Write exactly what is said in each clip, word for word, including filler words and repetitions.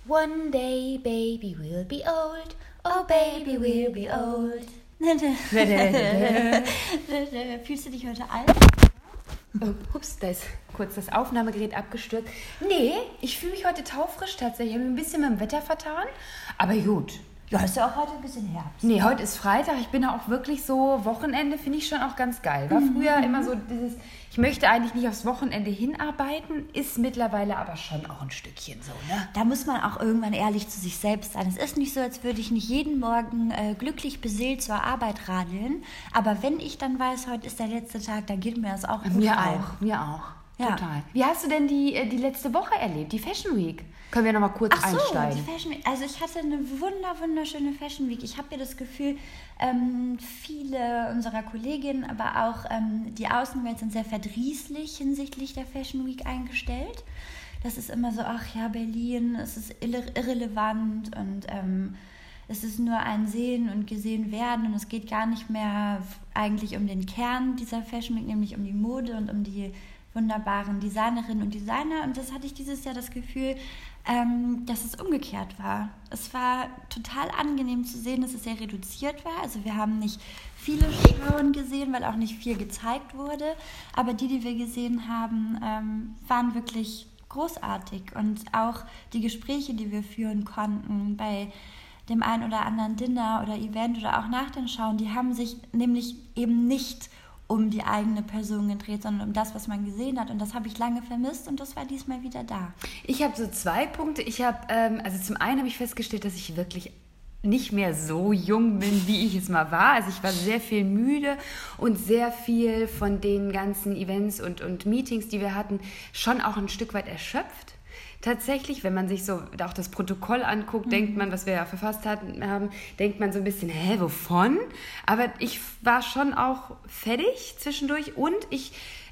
One day baby will be old, oh baby will be old. Fühlst du dich heute alt? Oh, ups, da ist kurz das Aufnahmegerät abgestürzt. Nee, ich fühle mich heute taufrisch tatsächlich. Ich habe mich ein bisschen mit dem Wetter vertan, aber gut. Ja, ist ja auch heute ein bisschen Herbst. Nee, heute ist Freitag. Ich bin ja auch wirklich so, Wochenende finde ich schon auch ganz geil. War früher immer so dieses, ich möchte eigentlich nicht aufs Wochenende hinarbeiten, ist mittlerweile aber schon auch ein Stückchen so, ne? Da muss man auch irgendwann ehrlich zu sich selbst sein. Es ist nicht so, als würde ich nicht jeden Morgen äh, glücklich beseelt zur Arbeit radeln. Aber wenn ich dann weiß, heute ist der letzte Tag, dann geht mir das auch gut Mir rein. auch, mir auch. Ja. Total. Wie hast du denn die, die letzte Woche erlebt, die Fashion Week? Können wir noch mal kurz Ach so, einsteigen? die Fashion Week. Also ich hatte eine wunder, wunderschöne Fashion Week. Ich habe ja das Gefühl, ähm, viele unserer Kolleginnen, aber auch ähm, die Außenwelt sind sehr verdrießlich hinsichtlich der Fashion Week eingestellt. Das ist immer so, ach ja, Berlin, es ist irre- irrelevant und ähm, es ist nur ein Sehen und gesehen werden und es geht gar nicht mehr eigentlich um den Kern dieser Fashion Week, nämlich um die Mode und um die wunderbaren Designerinnen und Designer. Und das hatte ich dieses Jahr das Gefühl, ähm, dass es umgekehrt war. Es war total angenehm zu sehen, dass es sehr reduziert war. Also wir haben nicht viele Schauen gesehen, weil auch nicht viel gezeigt wurde. Aber die, die wir gesehen haben, ähm, waren wirklich großartig. Und auch die Gespräche, die wir führen konnten bei dem einen oder anderen Dinner oder Event oder auch nach den Schauen, die haben sich nämlich eben nicht um die eigene Person gedreht, sondern um das, was man gesehen hat. Und das habe ich lange vermisst und das war diesmal wieder da. Ich habe so zwei Punkte. Ich habe, ähm, also zum einen habe ich festgestellt, dass ich wirklich nicht mehr so jung bin, wie ich es mal war. Also ich war sehr viel müde und sehr viel von den ganzen Events und, und Meetings, die wir hatten, schon auch ein Stück weit erschöpft. Tatsächlich, wenn man sich so auch das Protokoll anguckt, mhm. denkt man, was wir ja verfasst hatten, haben, denkt man so ein bisschen, hä, wovon? Aber ich war schon auch fertig zwischendurch und ich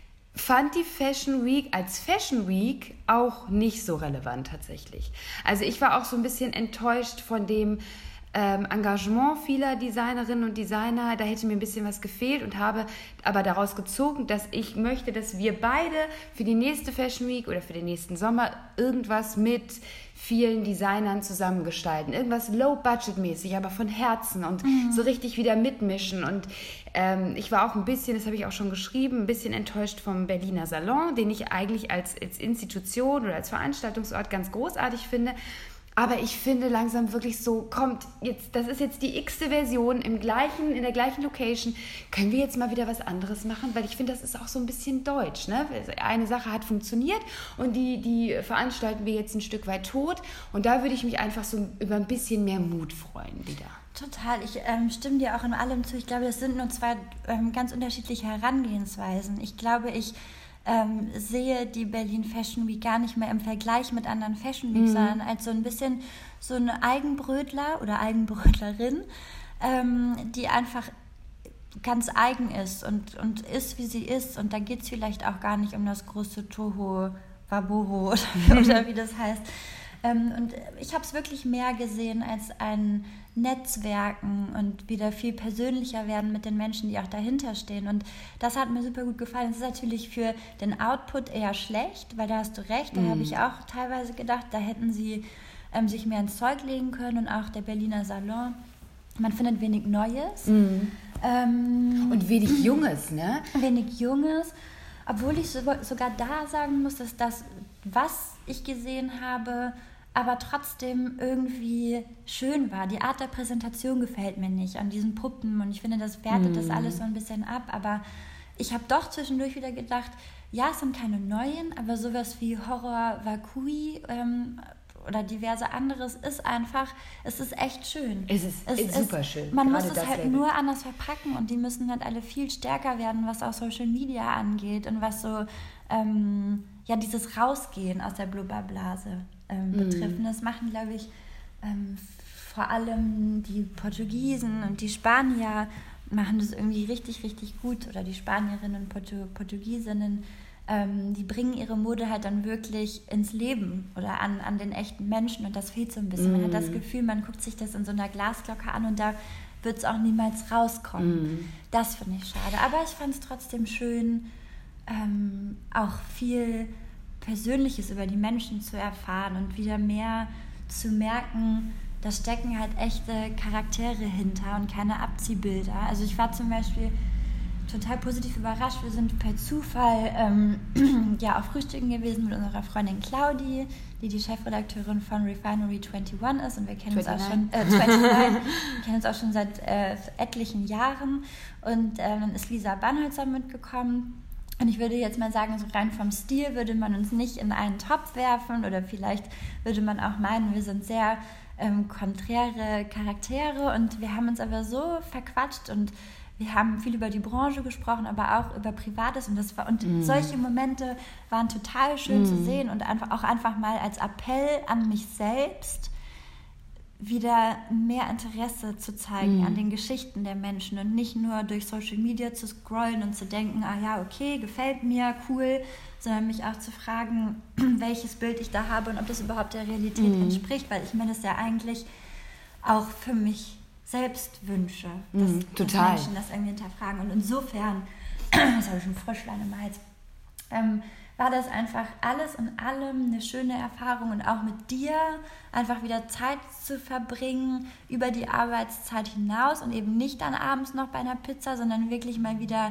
fand die Fashion Week als Fashion Week auch nicht so relevant tatsächlich. Also ich war auch so ein bisschen enttäuscht von dem Ähm, Engagement vieler Designerinnen und Designer, da hätte mir ein bisschen was gefehlt und habe aber daraus gezogen, dass ich möchte, dass wir beide für die nächste Fashion Week oder für den nächsten Sommer irgendwas mit vielen Designern zusammengestalten. Irgendwas low-budget-mäßig, aber von Herzen und mhm. so richtig wieder mitmischen. Und ähm, ich war auch ein bisschen, das habe ich auch schon geschrieben, ein bisschen enttäuscht vom Berliner Salon, den ich eigentlich als, als Institution oder als Veranstaltungsort ganz großartig finde. Aber ich finde langsam wirklich so, kommt, jetzt, das ist jetzt die x-te Version im gleichen, in der gleichen Location. Können wir jetzt mal wieder was anderes machen? Weil ich finde, das ist auch so ein bisschen deutsch. Ne? Eine Sache hat funktioniert und die, die veranstalten wir jetzt ein Stück weit tot. Und da würde ich mich einfach so über ein bisschen mehr Mut freuen wieder. Total, ich ähm, stimme dir auch in allem zu. Ich glaube, das sind nur zwei ähm, ganz unterschiedliche Herangehensweisen. Ich glaube, ich Ähm, sehe die Berlin Fashion Week gar nicht mehr im Vergleich mit anderen Fashion Weeks, mhm. sondern als so ein bisschen so eine Eigenbrötler oder Eigenbrötlerin, ähm, die einfach ganz eigen ist und, und ist, wie sie ist. Und da geht es vielleicht auch gar nicht um das große Toho Waboho oder, oder wie das heißt. Ähm, und ich habe es wirklich mehr gesehen als ein Netzwerken und wieder viel persönlicher werden mit den Menschen, die auch dahinter stehen. Und das hat mir super gut gefallen. Es ist natürlich für den Output eher schlecht, weil da hast du recht, da mm. habe ich auch teilweise gedacht, da hätten sie ähm, sich mehr ins Zeug legen können und auch der Berliner Salon. Man findet wenig Neues. Mm. Ähm, und wenig Junges, ne? Wenig Junges. Obwohl ich so, sogar da sagen muss, dass das, was ich gesehen habe, aber trotzdem irgendwie schön war. Die Art der Präsentation gefällt mir nicht an diesen Puppen und ich finde, das wertet mm. das alles so ein bisschen ab, aber ich habe doch zwischendurch wieder gedacht, ja, es sind keine neuen, aber sowas wie Horror Vakui ähm, oder diverse anderes ist einfach, es ist echt schön. Es ist, es ist super schön. Man Gerade muss es halt Label. Nur anders verpacken und die müssen halt alle viel stärker werden, was auch Social Media angeht und was so ähm, ja, dieses Rausgehen aus der Blubberblase ähm, mm. betrifft. Und das machen, glaube ich, ähm, vor allem die Portugiesen und die Spanier machen das irgendwie richtig, richtig gut. Oder die Spanierinnen und Portu- Portugiesinnen, ähm, die bringen ihre Mode halt dann wirklich ins Leben oder an, an den echten Menschen. Und das fehlt so ein bisschen. Mm. Man hat das Gefühl, man guckt sich das in so einer Glasglocke an und da wird es auch niemals rauskommen. Mm. Das finde ich schade. Aber ich fand es trotzdem schön, ähm, auch viel Persönliches über die Menschen zu erfahren und wieder mehr zu merken, da stecken halt echte Charaktere hinter und keine Abziehbilder. Also ich war zum Beispiel total positiv überrascht. Wir sind per Zufall ähm, ja, auf Frühstücken gewesen mit unserer Freundin Claudi, die die Chefredakteurin von Refinery einundzwanzig ist, und wir kennen uns auch schon äh, neunundzwanzig, wir kennen uns auch schon seit äh, etlichen Jahren, und äh, dann ist Lisa Bannholzer mitgekommen. Und ich würde jetzt mal sagen, so rein vom Stil würde man uns nicht in einen Topf werfen, oder vielleicht würde man auch meinen, wir sind sehr ähm, konträre Charaktere, und wir haben uns aber so verquatscht und wir haben viel über die Branche gesprochen, aber auch über Privates, und das war, und mm. solche Momente waren total schön mm. zu sehen, und einfach auch einfach mal als Appell an mich selbst, wieder mehr Interesse zu zeigen mm. an den Geschichten der Menschen und nicht nur durch Social Media zu scrollen und zu denken, ah ja, okay, gefällt mir, cool, sondern mich auch zu fragen, welches Bild ich da habe und ob das überhaupt der Realität mm. entspricht, weil ich mir das ja eigentlich auch für mich selbst wünsche, dass, mm, dass Menschen das irgendwie hinterfragen. Und insofern, das habe ich schon Fröschlein im Hals, ähm, war das einfach alles in allem eine schöne Erfahrung, und auch mit dir einfach wieder Zeit zu verbringen über die Arbeitszeit hinaus und eben nicht dann abends noch bei einer Pizza, sondern wirklich mal wieder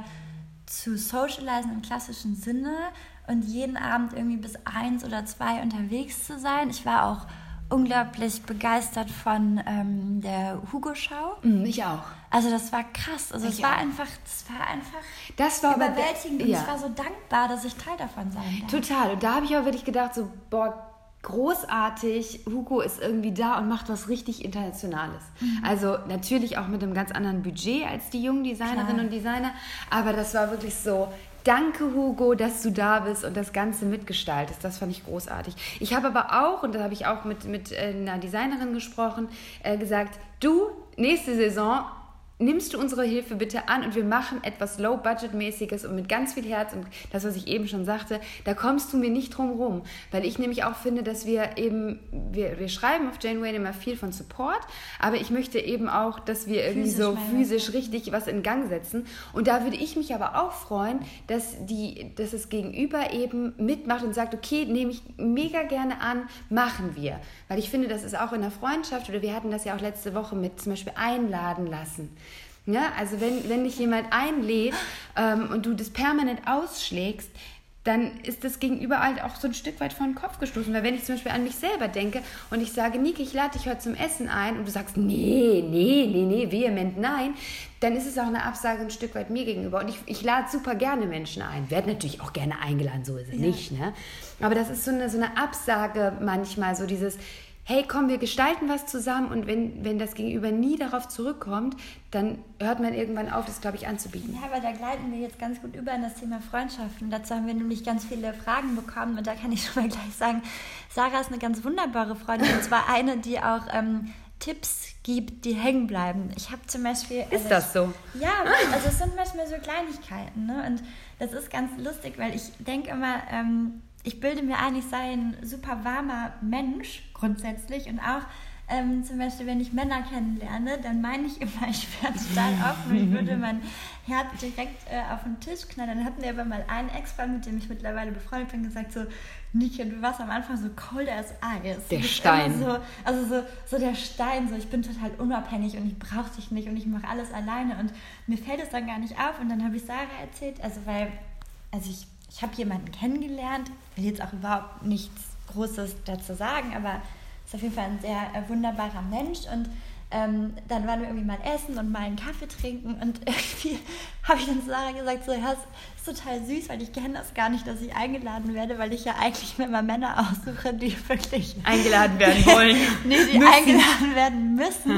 zu socialisen im klassischen Sinne und jeden Abend irgendwie bis eins oder zwei unterwegs zu sein. Ich war auch unglaublich begeistert von ähm, der Hugo-Schau. Mm, ich auch. Also das war krass. Also ich es war auch. einfach, das war einfach das war überwältigend. Aber, ja. Und ich war so dankbar, dass ich Teil davon sein darf. Total. Und da habe ich auch wirklich gedacht, so, boah, großartig, Hugo ist irgendwie da und macht was richtig Internationales. Mhm. Also natürlich auch mit einem ganz anderen Budget als die jungen Designerinnen Klar. und Designer, aber das war wirklich so, danke Hugo, dass du da bist und das Ganze mitgestaltest. Das fand ich großartig. Ich habe aber auch, und da habe ich auch mit, mit einer Designerin gesprochen, äh, gesagt, du, nächste Saison nimmst du unsere Hilfe bitte an und wir machen etwas Low-Budget-mäßiges und mit ganz viel Herz, und das, was ich eben schon sagte, da kommst du mir nicht drum rum, weil ich nämlich auch finde, dass wir eben, wir, wir schreiben auf Jane Wayne immer viel von Support, aber ich möchte eben auch, dass wir irgendwie physisch so physisch was. richtig was in Gang setzen, und da würde ich mich aber auch freuen, dass, die, dass das Gegenüber eben mitmacht und sagt, okay, nehme ich mega gerne an, machen wir, weil ich finde, das ist auch in der Freundschaft, oder wir hatten das ja auch letzte Woche mit zum Beispiel einladen lassen. Ja, also wenn, wenn dich jemand einlädt ähm, und du das permanent ausschlägst, dann ist das Gegenüber halt auch so ein Stück weit vor den Kopf gestoßen. Weil wenn ich zum Beispiel an mich selber denke und ich sage, Nike, ich lade dich heute zum Essen ein, und du sagst, nee, nee, nee, nee, vehement nein, dann ist es auch eine Absage ein Stück weit mir gegenüber. Und ich, ich lade super gerne Menschen ein. Werde natürlich auch gerne eingeladen, so ist es ja. nicht. Ne? Aber das ist so eine, so eine Absage manchmal, so dieses, hey, komm, wir gestalten was zusammen, und wenn, wenn das Gegenüber nie darauf zurückkommt, dann hört man irgendwann auf, das, glaube ich, anzubieten. Ja, aber da gleiten wir jetzt ganz gut über in das Thema Freundschaften. Dazu haben wir nämlich ganz viele Fragen bekommen, und da kann ich schon mal gleich sagen, Sarah ist eine ganz wunderbare Freundin, und zwar eine, die auch ähm, Tipps gibt, die hängen bleiben. Ich habe zum Beispiel... Also ist das so? Ja, also es sind manchmal so Kleinigkeiten, ne? Und das ist ganz lustig, weil ich denke immer... Ähm, ich bilde mir ein, ich sei ein super warmer Mensch grundsätzlich, und auch ähm, zum Beispiel, wenn ich Männer kennenlerne, dann meine ich immer, ich wäre total offen und ich würde mein Herz direkt äh, auf den Tisch knallen. Dann hatten wir aber mal einen Ex-Freund, mit dem ich mittlerweile befreundet bin, gesagt so, Niki, du warst am Anfang so cold as ice. Der Stein. So, also so, so der Stein, so ich bin total unabhängig und ich brauche dich nicht und ich mache alles alleine, und mir fällt es dann gar nicht auf. Und dann habe ich Sarah erzählt, also weil, also ich Ich habe jemanden kennengelernt, will jetzt auch überhaupt nichts Großes dazu sagen, aber ist auf jeden Fall ein sehr äh, wunderbarer Mensch, und ähm, dann waren wir irgendwie mal essen und mal einen Kaffee trinken, und irgendwie habe ich dann zu Sarah gesagt, so, ja, es ist total süß, weil ich kenne das gar nicht, dass ich eingeladen werde, weil ich ja eigentlich mir immer Männer aussuche, die wirklich eingeladen werden wollen. nee, die müssen. eingeladen werden müssen.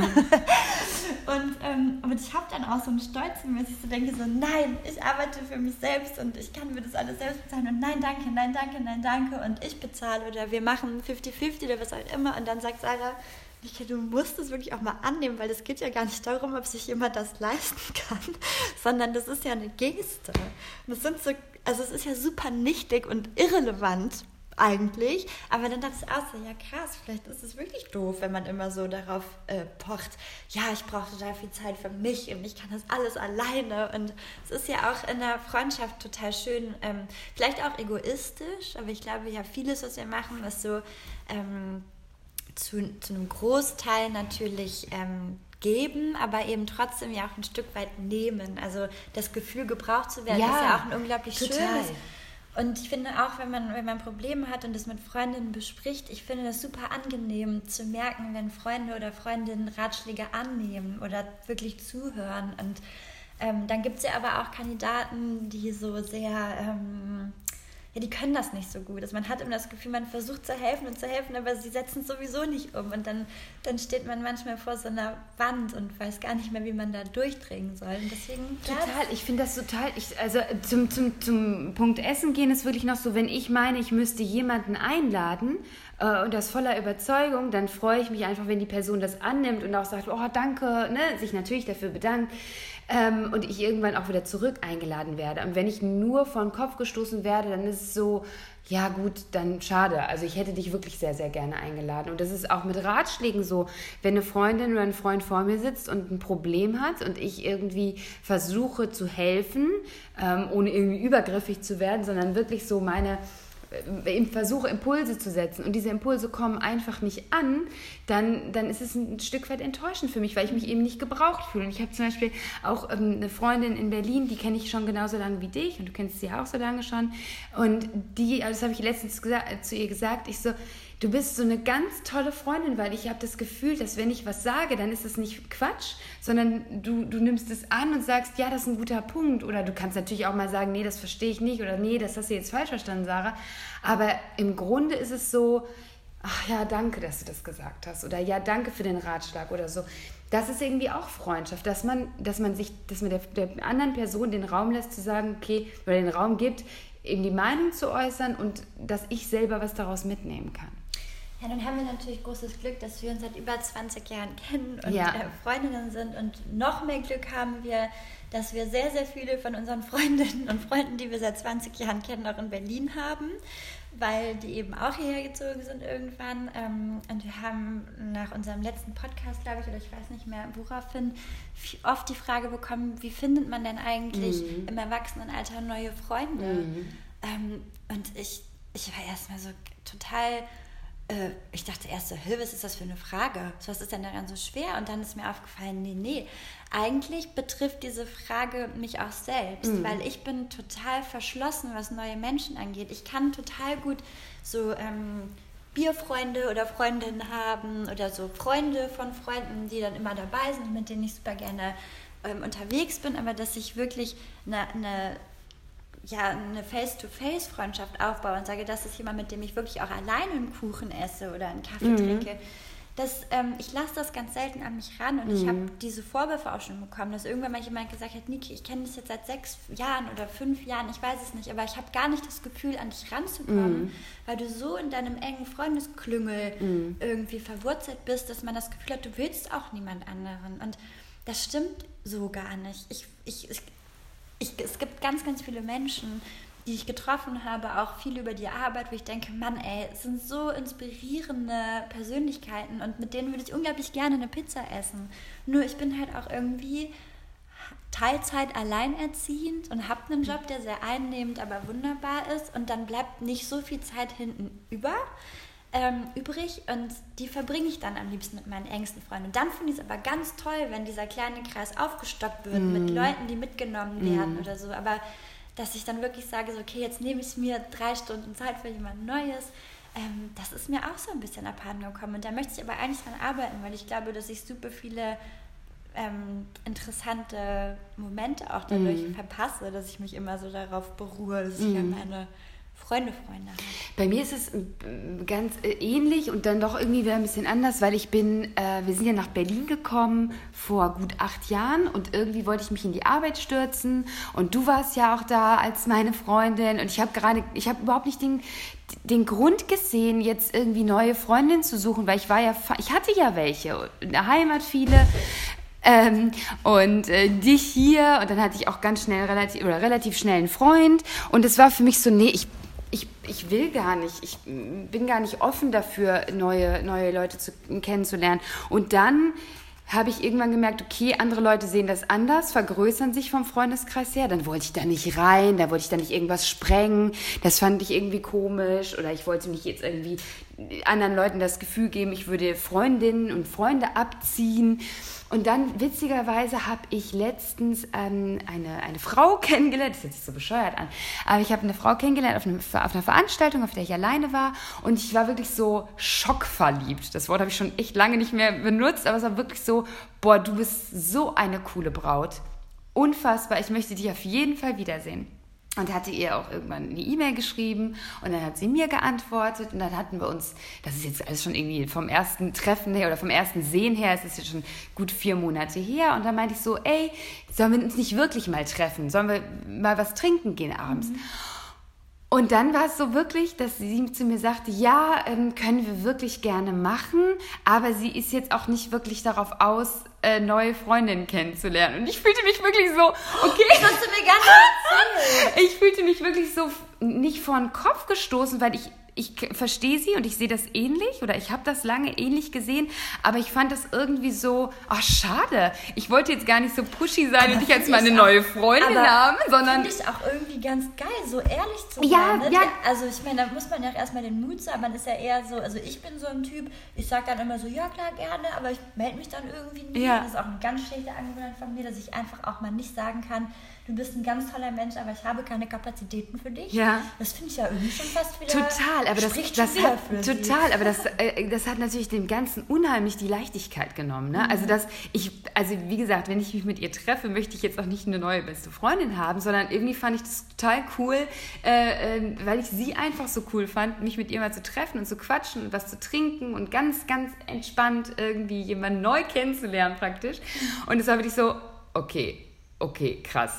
Und, ähm, und ich habe dann auch so einen Stolz in mir, dass ich so denke, so nein, ich arbeite für mich selbst und ich kann mir das alles selbst bezahlen, und nein, danke, nein, danke, nein, danke, und ich bezahle, oder wir machen fünfzig fünfzig oder was auch immer. Und dann sagt Sarah, Niki, du musst es wirklich auch mal annehmen, weil es geht ja gar nicht darum, ob sich jemand das leisten kann, sondern das ist ja eine Geste. Das sind so, also es ist ja super nichtig und irrelevant eigentlich, aber dann dachte ich auch so, ja krass, vielleicht ist es wirklich doof, wenn man immer so darauf äh, pocht, ja, ich brauche total viel Zeit für mich und ich kann das alles alleine, und es ist ja auch in der Freundschaft total schön, ähm, vielleicht auch egoistisch, aber ich glaube ja, vieles, was wir machen, ist so, ähm, zu, zu einem Großteil natürlich ähm, geben, aber eben trotzdem ja auch ein Stück weit nehmen. Also das Gefühl, gebraucht zu werden, ja, ist ja auch ein unglaublich total. schönes. Und ich finde auch, wenn man, wenn man Probleme hat und das mit Freundinnen bespricht, ich finde das super angenehm zu merken, wenn Freunde oder Freundinnen Ratschläge annehmen oder wirklich zuhören. Und ähm, dann gibt es ja aber auch Kandidaten, die so sehr, ähm, ja, die können das nicht so gut. Also man hat immer das Gefühl, man versucht zu helfen und zu helfen, aber sie setzen es sowieso nicht um. Und dann, dann steht man manchmal vor so einer Wand und weiß gar nicht mehr, wie man da durchdringen soll. Und deswegen, total, ich finde das total, ich, also zum, zum, zum Punkt Essen gehen ist wirklich noch so, wenn ich meine, ich müsste jemanden einladen äh, und das voller Überzeugung, dann freue ich mich einfach, wenn die Person das annimmt und auch sagt, oh danke, ne, sich natürlich dafür bedankt. Ähm, und ich irgendwann auch wieder zurück eingeladen werde. Und wenn ich nur vor den Kopf gestoßen werde, dann ist es so, ja gut, dann schade. Also ich hätte dich wirklich sehr, sehr gerne eingeladen. Und das ist auch mit Ratschlägen so, wenn eine Freundin oder ein Freund vor mir sitzt und ein Problem hat und ich irgendwie versuche zu helfen, ähm, ohne irgendwie übergriffig zu werden, sondern wirklich so meine... im Versuch, Impulse zu setzen und diese Impulse kommen einfach nicht an, dann, dann ist es ein Stück weit enttäuschend für mich, weil ich mich eben nicht gebraucht fühle. Und ich habe zum Beispiel auch ähm, eine Freundin in Berlin, die kenne ich schon genauso lange wie dich und du kennst sie auch so lange schon. Und die, das habe ich letztens gesagt, zu ihr gesagt, ich so, du bist so eine ganz tolle Freundin, weil ich habe das Gefühl, dass wenn ich was sage, dann ist es nicht Quatsch, sondern du, du nimmst es an und sagst, ja, das ist ein guter Punkt. Oder du kannst natürlich auch mal sagen, nee, das verstehe ich nicht oder nee, das hast du jetzt falsch verstanden, Sarah. Aber im Grunde ist es so, ach ja, danke, dass du das gesagt hast oder ja, danke für den Ratschlag oder so. Das ist irgendwie auch Freundschaft, dass man, dass man sich, dass man der, der anderen Person den Raum lässt zu sagen, okay, oder den Raum gibt, eben die Meinung zu äußern und dass ich selber was daraus mitnehmen kann. Ja, nun haben wir natürlich großes Glück, dass wir uns seit über zwanzig Jahren kennen und ja. äh, Freundinnen sind. Und noch mehr Glück haben wir, dass wir sehr, sehr viele von unseren Freundinnen und Freunden, die wir seit zwanzig Jahren kennen, auch in Berlin haben, weil die eben auch hierher gezogen sind irgendwann. Ähm, und wir haben nach unserem letzten Podcast, glaube ich, oder ich weiß nicht mehr, woraufhin, oft die Frage bekommen, wie findet man denn eigentlich mhm. im Erwachsenenalter neue Freunde? Mhm. Ähm, und ich, ich war erstmal so total... Ich dachte erst so, was ist das für eine Frage? Was ist denn daran so schwer? Und dann ist mir aufgefallen, nee, nee. Eigentlich betrifft diese Frage mich auch selbst, mhm. weil ich bin total verschlossen, was neue Menschen angeht. Ich kann total gut so ähm, Bierfreunde oder Freundinnen haben oder so Freunde von Freunden, die dann immer dabei sind, mit denen ich super gerne ähm, unterwegs bin, aber dass ich wirklich eine... eine ja, eine Face-to-Face-Freundschaft aufbaue und sage, das ist jemand, mit dem ich wirklich auch alleine einen Kuchen esse oder einen Kaffee mhm. trinke. Das, ähm, ich lasse das ganz selten an mich ran und mhm. ich habe diese Vorwürfe auch schon bekommen, dass irgendwann mal jemand gesagt hat, Niki, ich kenne dich jetzt seit sechs Jahren oder fünf Jahren, ich weiß es nicht, aber ich habe gar nicht das Gefühl, an dich ranzukommen, mhm. weil du so in deinem engen Freundesklüngel mhm. irgendwie verwurzelt bist, dass man das Gefühl hat, du willst auch niemand anderen. Und das stimmt so gar nicht. Ich, ich, ich Ich, es gibt ganz, ganz viele Menschen, die ich getroffen habe, auch viel über die Arbeit, wo ich denke, Mann, ey, es sind so inspirierende Persönlichkeiten und mit denen würde ich unglaublich gerne eine Pizza essen. Nur ich bin halt auch irgendwie Teilzeit alleinerziehend und habe einen Job, der sehr einnehmend, aber wunderbar ist und dann bleibt nicht so viel Zeit hinten über. Ähm, übrig und die verbringe ich dann am liebsten mit meinen engsten Freunden. Und dann finde ich es aber ganz toll, wenn dieser kleine Kreis aufgestockt wird mm. mit Leuten, die mitgenommen werden mm. oder so. Aber dass ich dann wirklich sage, so, okay, jetzt nehme ich mir drei Stunden Zeit für jemand Neues, ähm, das ist mir auch so ein bisschen abhanden gekommen. Und da möchte ich aber eigentlich dran arbeiten, weil ich glaube, dass ich super viele ähm, interessante Momente auch dadurch mm. verpasse, dass ich mich immer so darauf beruhe, dass mm. ich ja meine Freunde, Freunde haben. Bei mir ist es ganz ähnlich und dann doch irgendwie wieder ein bisschen anders, weil ich bin, äh, wir sind ja nach Berlin gekommen vor gut acht Jahren und irgendwie wollte ich mich in die Arbeit stürzen und du warst ja auch da als meine Freundin und ich habe gerade, ich habe überhaupt nicht den, den Grund gesehen, jetzt irgendwie neue Freundinnen zu suchen, weil ich war ja, ich hatte ja welche, in der Heimat viele. Ähm, und äh, dich hier und dann hatte ich auch ganz schnell relativ oder relativ schnell einen Freund und es war für mich so, nee, ich Ich, ich will gar nicht, ich bin gar nicht offen dafür, neue, neue Leute zu, kennenzulernen. Und dann habe ich irgendwann gemerkt, okay, andere Leute sehen das anders, vergrößern sich vom Freundeskreis her. Dann wollte ich da nicht rein, da wollte ich da nicht irgendwas sprengen. Das fand ich irgendwie komisch oder ich wollte mich jetzt irgendwie anderen Leuten das Gefühl geben, ich würde Freundinnen und Freunde abziehen. Und dann, witzigerweise, habe ich letztens ähm, eine, eine Frau kennengelernt, das hört sich so bescheuert an, aber ich habe eine Frau kennengelernt auf, einem, auf einer Veranstaltung, auf der ich alleine war, und ich war wirklich so schockverliebt. Das Wort habe ich schon echt lange nicht mehr benutzt, aber es war wirklich so, boah, du bist so eine coole Braut. Unfassbar, ich möchte dich auf jeden Fall wiedersehen. Und hatte ihr auch irgendwann eine E-Mail geschrieben und dann hat sie mir geantwortet und dann hatten wir uns, das ist jetzt alles schon irgendwie vom ersten Treffen her oder vom ersten Sehen her, es ist jetzt schon gut vier Monate her, und dann meinte ich so, ey, sollen wir uns nicht wirklich mal treffen? Sollen wir mal was trinken gehen abends? Mhm. Und dann war es so wirklich, dass sie zu mir sagte, ja, ähm, können wir wirklich gerne machen, aber sie ist jetzt auch nicht wirklich darauf aus, äh, neue Freundinnen kennenzulernen. Und ich fühlte mich wirklich so, okay. Das hast du mir gar nicht erzählt. Ich fühlte mich wirklich so nicht vor den Kopf gestoßen, weil ich Ich verstehe sie und ich sehe das ähnlich oder ich habe das lange ähnlich gesehen, aber ich fand das irgendwie so, ach schade, ich wollte jetzt gar nicht so pushy sein aber und dich als meine neue Freundin haben, sondern... finde ich auch irgendwie ganz geil, so ehrlich zu sein. Ja, ne? ja. Also ich meine, da muss man ja erstmal den Mut haben, man ist ja eher so, also ich bin so ein Typ, ich sage dann immer so, ja klar, gerne, aber ich melde mich dann irgendwie nie. Ja. Das ist auch eine ganz schlechte Angewohnheit von mir, dass ich einfach auch mal nicht sagen kann, du bist ein ganz toller Mensch, aber ich habe keine Kapazitäten für dich. Ja. Das finde ich ja irgendwie schon fast wieder... Total, aber das, das hat, total, aber das, äh, das hat natürlich dem Ganzen unheimlich die Leichtigkeit genommen. Ne? Mhm. Also, das, ich, also wie gesagt, wenn ich mich mit ihr treffe, möchte ich jetzt auch nicht eine neue beste Freundin haben, sondern irgendwie fand ich das total cool, äh, äh, weil ich sie einfach so cool fand, mich mit ihr mal zu treffen und zu quatschen und was zu trinken und ganz, ganz entspannt irgendwie jemanden neu kennenzulernen praktisch. Und es war wirklich so, okay, Okay, krass.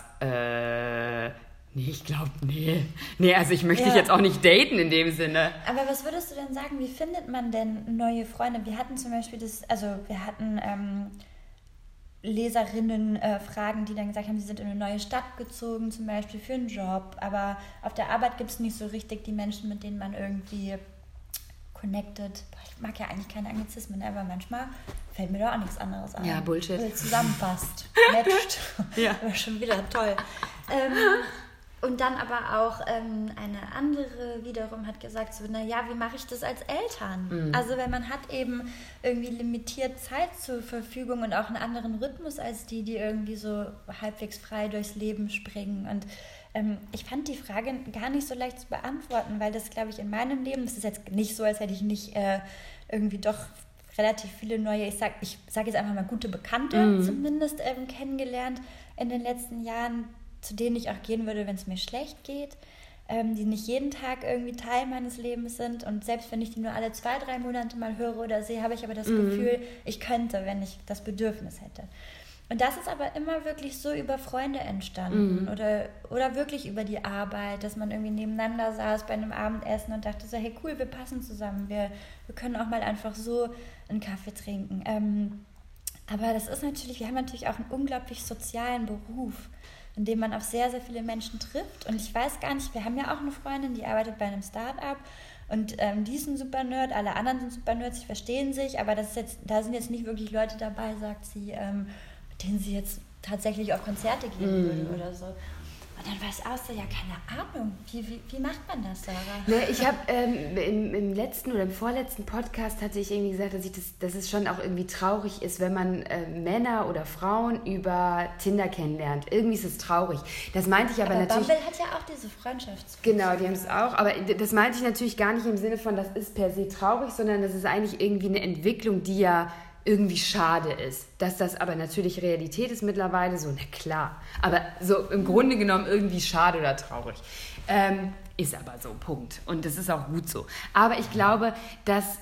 Äh, nee, ich glaube, nee. Nee, also ich möchte ja. dich jetzt auch nicht daten in dem Sinne. Aber was würdest du denn sagen, wie findet man denn neue Freunde? Wir hatten zum Beispiel das, also wir hatten ähm, Leserinnen äh, Fragen, die dann gesagt haben, sie sind in eine neue Stadt gezogen, zum Beispiel für einen Job. Aber auf der Arbeit gibt es nicht so richtig die Menschen, mit denen man irgendwie connected. Ich mag ja eigentlich keine Anglizismen, aber manchmal fällt mir doch auch nichts anderes ein. Ja, Bullshit. Weil es zusammenpasst, matcht. Ja. Aber schon wieder toll. Ähm, und dann aber auch ähm, eine andere wiederum hat gesagt, so, naja, wie mache ich das als Eltern? Mhm. Also wenn man hat eben irgendwie limitiert Zeit zur Verfügung und auch einen anderen Rhythmus als die, die irgendwie so halbwegs frei durchs Leben springen. Und ähm, ich fand die Frage gar nicht so leicht zu beantworten, weil das, glaube ich, in meinem Leben, es ist jetzt nicht so, als hätte ich nicht äh, irgendwie doch relativ viele neue, ich sage ich sag jetzt einfach mal gute Bekannte mhm. zumindest ähm, kennengelernt in den letzten Jahren, zu denen ich auch gehen würde, wenn es mir schlecht geht, ähm, die nicht jeden Tag irgendwie Teil meines Lebens sind, und selbst wenn ich die nur alle zwei, drei Monate mal höre oder sehe, habe ich aber das mhm. Gefühl, ich könnte, wenn ich das Bedürfnis hätte. Und das ist aber immer wirklich so über Freunde entstanden mhm. oder, oder wirklich über die Arbeit, dass man irgendwie nebeneinander saß bei einem Abendessen und dachte so, hey cool, wir passen zusammen, wir, wir können auch mal einfach so einen Kaffee trinken. Ähm, aber das ist natürlich, wir haben natürlich auch einen unglaublich sozialen Beruf, in dem man auf sehr, sehr viele Menschen trifft. Und ich weiß gar nicht, wir haben ja auch eine Freundin, die arbeitet bei einem Start-up. Und ähm, die ist ein super Nerd, alle anderen sind super Nerds, sie verstehen sich, aber das ist jetzt, da sind jetzt nicht wirklich Leute dabei, sagt sie, ähm, mit denen sie jetzt tatsächlich auf Konzerte gehen mm. würde oder so. Und dann war es auch so, ja, keine Ahnung, wie, wie, wie macht man das, Sarah? Ne, ich habe ähm, im, im letzten oder im vorletzten Podcast hatte ich irgendwie gesagt, dass, ich das, dass es schon auch irgendwie traurig ist, wenn man äh, Männer oder Frauen über Tinder kennenlernt. Irgendwie ist es traurig. Das meinte ich aber, aber natürlich... Bumble hat ja auch diese Freundschafts... Genau, die haben es auch. Aber das meinte ich natürlich gar nicht im Sinne von, das ist per se traurig, sondern das ist eigentlich irgendwie eine Entwicklung, die ja irgendwie schade ist. Dass das aber natürlich Realität ist mittlerweile, so, na klar. Aber so im Grunde genommen irgendwie schade oder traurig. Ähm, ist aber so, Punkt. Und das ist auch gut so. Aber ich glaube, dass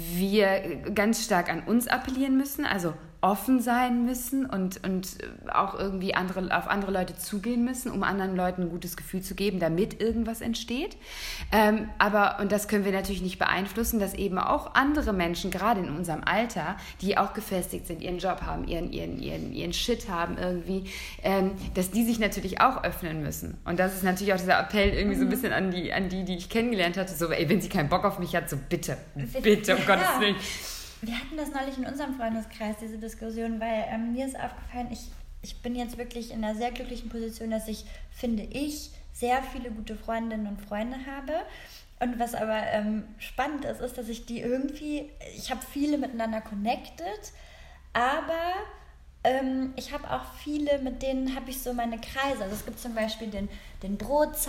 wir ganz stark an uns appellieren müssen, also offen sein müssen und, und auch irgendwie andere, auf andere Leute zugehen müssen, um anderen Leuten ein gutes Gefühl zu geben, damit irgendwas entsteht. Ähm, aber, und das können wir natürlich nicht beeinflussen, dass eben auch andere Menschen, gerade in unserem Alter, die auch gefestigt sind, ihren Job haben, ihren, ihren, ihren, ihren Shit haben irgendwie, ähm, dass die sich natürlich auch öffnen müssen. Und das ist natürlich auch dieser Appell irgendwie so ein bisschen an die, an die, die ich kennengelernt hatte, so, ey, wenn sie keinen Bock auf mich hat, so bitte, bitte, um ja. Gottes Willen. Wir hatten das neulich in unserem Freundeskreis, diese Diskussion, weil ähm, mir ist aufgefallen, ich, ich bin jetzt wirklich in einer sehr glücklichen Position, dass ich, finde ich, sehr viele gute Freundinnen und Freunde habe. Und was aber ähm, spannend ist, ist, dass ich die irgendwie, ich habe viele miteinander connected, aber ähm, ich habe auch viele, mit denen habe ich so meine Kreise. Also es gibt zum Beispiel den, den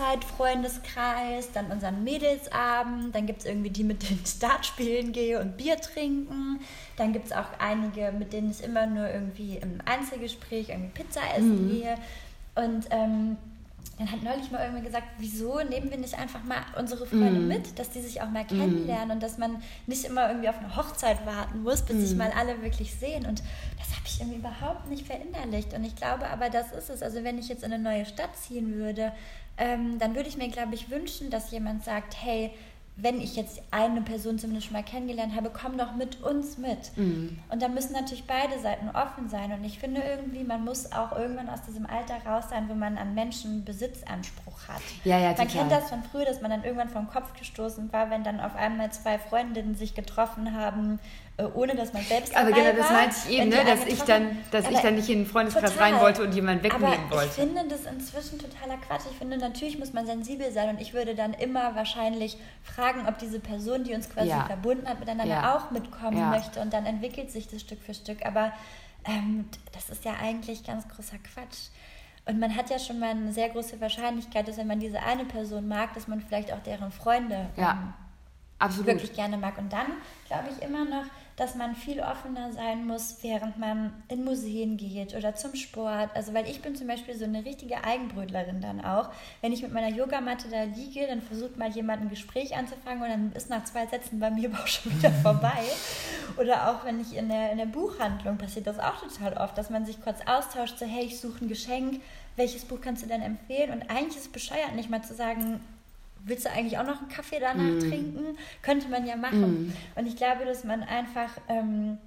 Brotzeit-Freundeskreis, dann unseren Mädelsabend, dann gibt es irgendwie die, mit denen ich Dart spielen gehe und Bier trinken. Dann gibt es auch einige, mit denen ich immer nur irgendwie im Einzelgespräch irgendwie Pizza essen mhm. gehe. Und ähm, dann hat neulich mal irgendwie gesagt, wieso nehmen wir nicht einfach mal unsere Freunde mm. mit, dass die sich auch mal kennenlernen mm. und dass man nicht immer irgendwie auf eine Hochzeit warten muss, bis mm. sich mal alle wirklich sehen. Und das habe ich irgendwie überhaupt nicht verinnerlicht. Und ich glaube aber, das ist es. Also wenn ich jetzt in eine neue Stadt ziehen würde, ähm, dann würde ich mir, glaube ich, wünschen, dass jemand sagt, hey, wenn ich jetzt eine Person zumindest schon mal kennengelernt habe, komm doch mit uns mit. Mhm. Und da müssen natürlich beide Seiten offen sein. Und ich finde irgendwie, man muss auch irgendwann aus diesem Alter raus sein, wo man an Menschen Besitzanspruch hat. Ja, ja, man kennt das von früher, dass man dann irgendwann vom Kopf gestoßen war, wenn dann auf einmal zwei Freundinnen sich getroffen haben, ohne dass man selbst aber dabei genau, das war. meinte ich eben, ne, dass, ich dann, dass ich dann nicht in den Freundeskreis total. rein wollte und jemanden wegnehmen aber wollte. Ich finde das inzwischen totaler Quatsch. Ich finde, natürlich muss man sensibel sein und ich würde dann immer wahrscheinlich fragen, ob diese Person, die uns quasi ja. verbunden hat, miteinander ja. auch mitkommen ja. möchte und dann entwickelt sich das Stück für Stück. Aber ähm, das ist ja eigentlich ganz großer Quatsch. Und man hat ja schon mal eine sehr große Wahrscheinlichkeit, dass wenn man diese eine Person mag, dass man vielleicht auch deren Freunde ja. ähm, Absolut. wirklich gerne mag. Und dann glaube ich immer noch, dass man viel offener sein muss, während man in Museen geht oder zum Sport. Also weil ich bin zum Beispiel so eine richtige Eigenbrötlerin dann auch. Wenn ich mit meiner Yogamatte da liege, dann versucht mal jemand ein Gespräch anzufangen und dann ist nach zwei Sätzen bei mir aber auch schon wieder vorbei. Oder auch wenn ich in der, in der Buchhandlung, passiert das auch total oft, dass man sich kurz austauscht, so hey, ich suche ein Geschenk, welches Buch kannst du denn empfehlen? Und eigentlich ist es bescheuert, nicht mal zu sagen, willst du eigentlich auch noch einen Kaffee danach mm. trinken? Könnte man ja machen. Mm. Und ich glaube, dass man einfach ähm,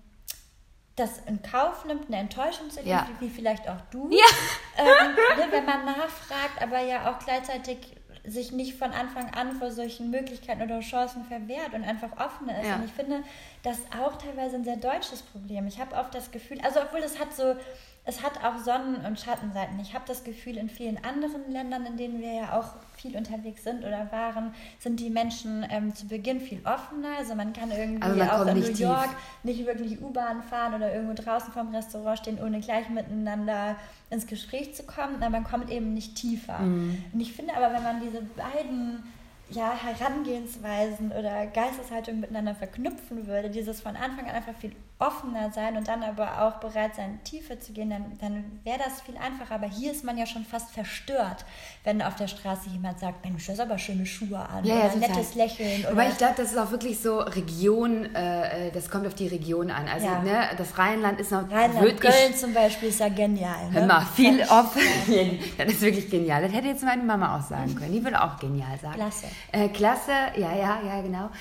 das in Kauf nimmt, eine Enttäuschung zu erleben, ja. wie vielleicht auch du. Ja. Ähm, ne, wenn man nachfragt, aber ja auch gleichzeitig sich nicht von Anfang an vor solchen Möglichkeiten oder Chancen verwehrt und einfach offener ist. Ja. Und ich finde, das ist auch teilweise ein sehr deutsches Problem. Ich habe oft das Gefühl, also obwohl es hat so, es hat auch Sonnen- und Schattenseiten. Ich habe das Gefühl, in vielen anderen Ländern, in denen wir ja auch viel unterwegs sind oder waren, sind die Menschen ähm, zu Beginn viel offener. Also man kann irgendwie also man auch in New York tief. nicht wirklich U-Bahn fahren oder irgendwo draußen vom Restaurant stehen, ohne gleich miteinander ins Gespräch zu kommen. Aber man kommt eben nicht tiefer. Mhm. Und ich finde aber, wenn man diese beiden ja, Herangehensweisen oder Geisteshaltungen miteinander verknüpfen würde, dieses von Anfang an einfach viel offener sein und dann aber auch bereit sein, tiefer zu gehen, dann, dann wäre das viel einfacher. Aber hier ist man ja schon fast verstört, wenn auf der Straße jemand sagt, Mensch, das ist aber schöne Schuhe an, ja, oder ja, ein nettes Lächeln. Aber ich glaube, das ist auch wirklich so Region, äh, das kommt auf die Region an. Also ja. ne, das Rheinland ist noch Rheinland, wirklich... Köln zum Beispiel ist ja genial. Ne? Immer viel offen. Das ist wirklich genial. Das hätte jetzt meine Mama auch sagen können. Die würde auch genial sagen. Klasse. Äh, klasse, ja, ja, ja, genau.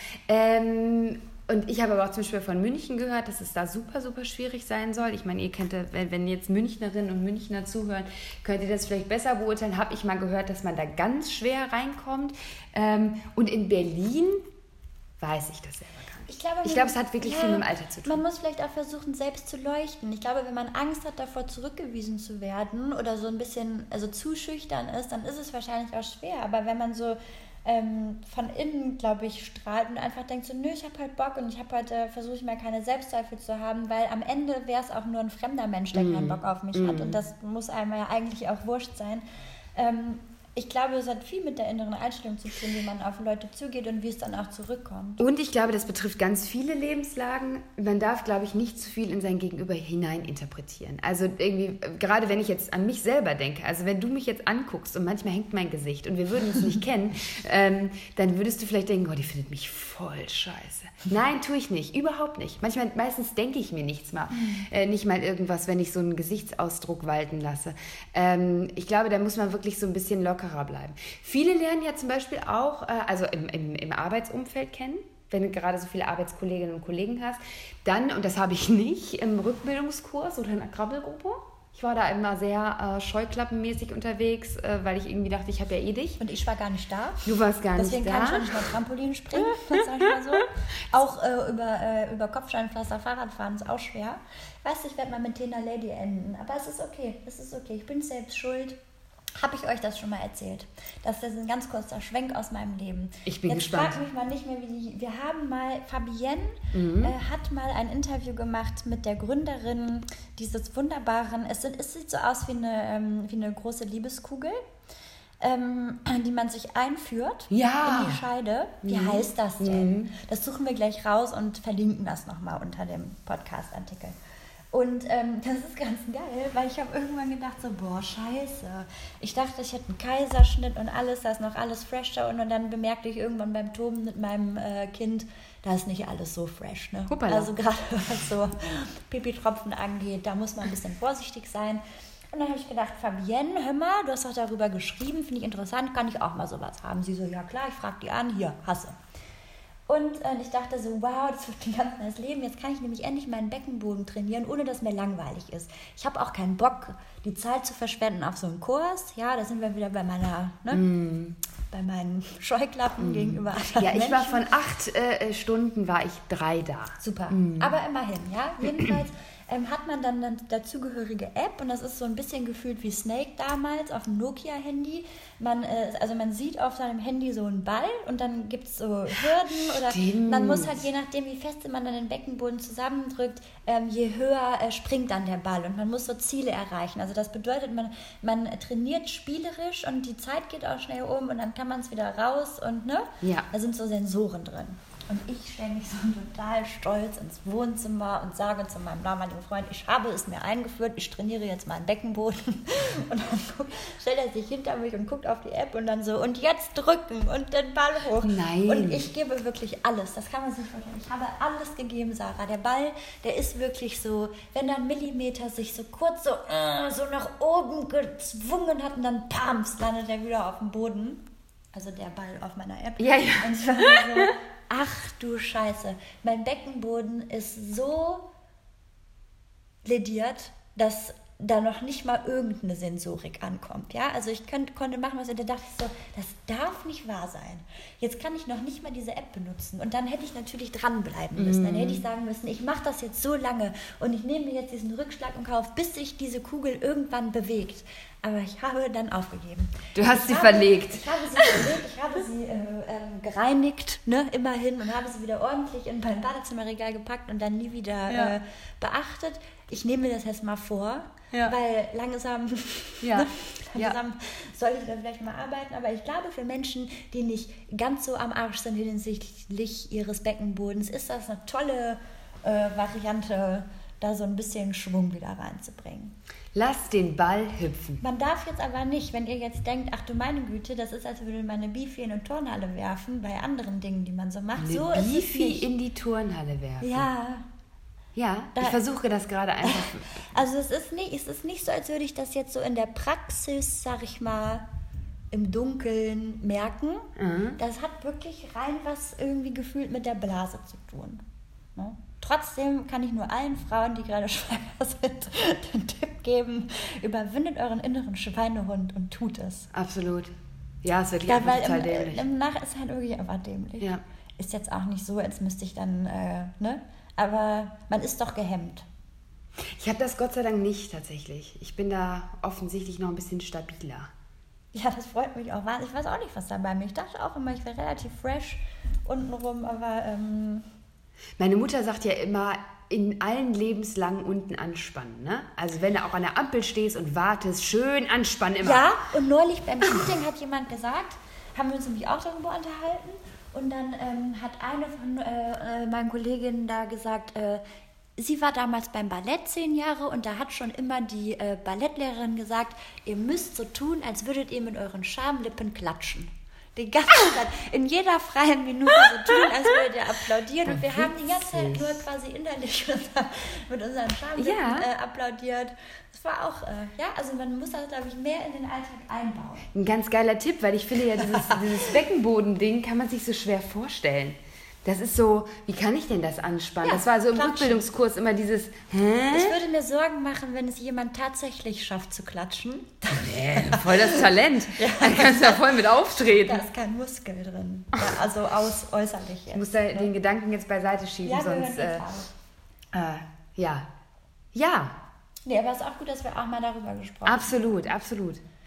Ähm, Und ich habe aber auch zum Beispiel von München gehört, dass es da super, super schwierig sein soll. Ich meine, ihr kennt, wenn, wenn jetzt Münchnerinnen und Münchner zuhören, könnt ihr das vielleicht besser beurteilen. Habe ich mal gehört, dass man da ganz schwer reinkommt. Ähm, und in Berlin weiß ich das selber gar nicht. Ich glaube, ich glaube, es hat wirklich ja, viel mit dem Alter zu tun. Man muss vielleicht auch versuchen, selbst zu leuchten. Ich glaube, wenn man Angst hat, davor zurückgewiesen zu werden oder so ein bisschen also zu schüchtern ist, dann ist es wahrscheinlich auch schwer. Aber wenn man so Ähm, von innen, glaube ich, strahlt und einfach denkt so, nö, ich habe halt Bock und ich habe heute, versuche ich mal keine Selbstzweifel zu haben, weil am Ende wäre es auch nur ein fremder Mensch, der mm. keinen Bock auf mich mm. hat und das muss einem ja eigentlich auch wurscht sein. Ähm, ich glaube, es hat viel mit der inneren Einstellung zu tun, wie man auf Leute zugeht und wie es dann auch zurückkommt. Und ich glaube, das betrifft ganz viele Lebenslagen. Man darf, glaube ich, nicht zu viel in sein Gegenüber hinein interpretieren. Also irgendwie, gerade wenn ich jetzt an mich selber denke, also wenn du mich jetzt anguckst und manchmal hängt mein Gesicht und wir würden uns nicht kennen, ähm, dann würdest du vielleicht denken, oh, die findet mich voll scheiße. Nein, tue ich nicht, überhaupt nicht. Manchmal, meistens denke ich mir nichts mal, äh, nicht mal irgendwas, wenn ich so einen Gesichtsausdruck walten lasse. Ähm, ich glaube, da muss man wirklich so ein bisschen lockerer bleiben. Viele lernen ja zum Beispiel auch, äh, also im, im, im Arbeitsumfeld kennen, wenn du gerade so viele Arbeitskolleginnen und Kollegen hast, dann, und das habe ich nicht, im Rückbildungskurs oder in einer Krabbelgruppe. Ich war da immer sehr äh, scheuklappenmäßig unterwegs, äh, weil ich irgendwie dachte, ich habe ja eh dich. Und ich war gar nicht da. Du warst gar Deswegen nicht da. Deswegen kann ich auch nicht mal Trampolin springen, sag ich mal so. Auch äh, über, äh, über Kopfsteinpflaster Fahrrad fahren ist auch schwer. Weißt du, ich werde mal mit Tena Lady enden, aber es ist okay, es ist okay. Ich bin selbst schuld. Habe ich euch das schon mal erzählt? Das ist ein ganz kurzer Schwenk aus meinem Leben. Ich bin Jetzt gespannt. Jetzt frag mich mal nicht mehr, wie die... Wir haben mal... Fabienne mhm. äh, hat mal ein Interview gemacht mit der Gründerin dieses wunderbaren... Es, sind, es sieht so aus wie eine, ähm, wie eine große Liebeskugel, ähm, die man sich einführt ja. in die Scheide. Wie mhm. heißt das denn? Mhm. Das suchen wir gleich raus und verlinken das nochmal unter dem Podcast-Artikel. Und ähm, das ist ganz geil, weil ich habe irgendwann gedacht so, boah, scheiße. Ich dachte, ich hätte einen Kaiserschnitt und alles, da ist noch alles fresh da unten. Und dann bemerkte ich irgendwann beim Toben mit meinem äh, Kind, da ist nicht alles so fresh. Ne? Also gerade was so Pipi-Tropfen angeht, da muss man ein bisschen vorsichtig sein. Und dann habe ich gedacht, Fabienne, hör mal, du hast doch darüber geschrieben, finde ich interessant, kann ich auch mal sowas haben? Sie so, ja klar, ich frage die an, hier, hasse. Und äh, ich dachte so, wow, das wird ein ganz neues Leben. Jetzt kann ich nämlich endlich meinen Beckenboden trainieren, ohne dass mir langweilig ist. Ich habe auch keinen Bock, die Zeit zu verschwenden auf so einen Kurs. Ja, da sind wir wieder bei meiner, ne, mm. bei meinen Scheuklappen mm. gegenüber anderen Ja, ich Menschen. war von acht äh, Stunden, war ich drei da. Super, mm. aber immerhin, ja. Jedenfalls ähm, hat man dann eine dazugehörige App und das ist so ein bisschen gefühlt wie Snake damals auf dem Nokia-Handy. Man, äh, also man sieht auf seinem Handy so einen Ball und dann gibt es so Hürden oder Stimmt. man muss halt, je nachdem wie fest man dann den Beckenboden zusammendrückt, ähm, je höher äh, springt dann der Ball und man muss so Ziele erreichen. Also das bedeutet, man, man trainiert spielerisch und die Zeit geht auch schnell um und dann kann man es wieder raus und ne, ja. da sind so Sensoren drin. Und ich stelle mich so total stolz ins Wohnzimmer und sage zu meinem damaligen Freund, ich habe es mir eingeführt, ich trainiere jetzt meinen Beckenboden. Und dann guckt, stellt er sich hinter mich und guckt auf die App und dann so, und jetzt drücken und den Ball hoch. Nein. Und ich gebe wirklich alles, das kann man sich vorstellen. Ich habe alles gegeben, Sarah. Der Ball, der ist wirklich so, wenn dann Millimeter sich so kurz so, äh, so nach oben gezwungen hat und dann pams, landet er wieder auf dem Boden. Also der Ball auf meiner App. Ja, ja. Und ich war so, ach du Scheiße, mein Beckenboden ist so lediert, dass da noch nicht mal irgendeine Sensorik ankommt. Ja? Also ich könnt, konnte machen, was ich da dachte, ich so, das darf nicht wahr sein. Jetzt kann ich noch nicht mal diese App benutzen. Und dann hätte ich natürlich dranbleiben müssen. Mm. Dann hätte ich sagen müssen, ich mache das jetzt so lange und ich nehme mir jetzt diesen Rückschlag in Kauf, bis sich diese Kugel irgendwann bewegt. Aber ich habe dann aufgegeben. Du hast ich sie habe, verlegt. Ich habe sie verlegt, ich habe sie äh, ähm, gereinigt, ne, immerhin, und habe sie wieder ordentlich in mein Badezimmerregal gepackt und dann nie wieder ja. äh, beachtet. Ich nehme mir das jetzt mal vor, ja. weil langsam, ja. ne, langsam ja. soll ich da vielleicht mal arbeiten. Aber ich glaube, für Menschen, die nicht ganz so am Arsch sind hinsichtlich ihres Beckenbodens, ist das eine tolle äh, Variante, da so ein bisschen Schwung wieder reinzubringen. Lass den Ball hüpfen. Man darf jetzt aber nicht, wenn ihr jetzt denkt, ach du meine Güte, das ist, als würde man eine Bifi in eine Turnhalle werfen, bei anderen Dingen, die man so macht. Eine so Bifi ist es nicht. in die Turnhalle werfen. Ja. Ja, da, ich versuche das gerade einfach. Also es ist, nicht, es ist nicht so, als würde ich das jetzt so in der Praxis, sag ich mal, im Dunkeln merken. Mhm. Das hat wirklich rein was irgendwie gefühlt mit der Blase zu tun. Ne? Trotzdem kann ich nur allen Frauen, die gerade schwanger sind, den Tipp geben, überwindet euren inneren Schweinehund und tut es. Absolut. Ja, es wird ja, einfach weil total im, dämlich. Im Nach ist halt wirklich einfach dämlich. Ja. Ist jetzt auch nicht so, als müsste ich dann, äh, ne? Aber man ist doch gehemmt. Ich habe das Gott sei Dank nicht tatsächlich. Ich bin da offensichtlich noch ein bisschen stabiler. Ja, das freut mich auch. Ich weiß auch nicht, was da bei mir. Ich dachte auch immer, ich wäre relativ fresh untenrum, aber... Ähm Meine Mutter sagt ja immer, in allen Lebenslangen unten anspannen. Ne? Also wenn du auch an der Ampel stehst und wartest, schön anspannen immer. Ja, und neulich beim Shooting hat jemand gesagt, haben wir uns nämlich auch darüber unterhalten, und dann ähm, hat eine von äh, meinen Kolleginnen da gesagt, äh, sie war damals beim Ballett zehn Jahre und da hat schon immer die äh, Ballettlehrerin gesagt, ihr müsst so tun, als würdet ihr mit euren Schamlippen klatschen. Die ganze Zeit, in jeder freien Minute so tun, als würdet ihr applaudieren. Und wir haben die ganze Zeit nur quasi innerlich mit unseren Schamlippen ja. äh, applaudiert. Das war auch, äh, ja, also man muss das, glaube ich, mehr in den Alltag einbauen. Ein ganz geiler Tipp, weil ich finde ja, dieses, dieses Beckenboden-Ding kann man sich so schwer vorstellen. Das ist so, wie kann ich denn das anspannen? Ja, das war so im klatschen. Rückbildungskurs immer dieses, hä? Ich würde mir Sorgen machen, wenn es jemand tatsächlich schafft zu klatschen. Nee, voll das Talent. Ja. Da kannst du ja voll mit auftreten. Da ist kein Muskel drin. Ja, also aus äußerlich jetzt. Ich muss da ne? den Gedanken jetzt beiseite schieben, ja, sonst... Äh, äh, ja. Ja. Nee, aber es ist auch gut, dass wir auch mal darüber gesprochen haben. Absolut, absolut.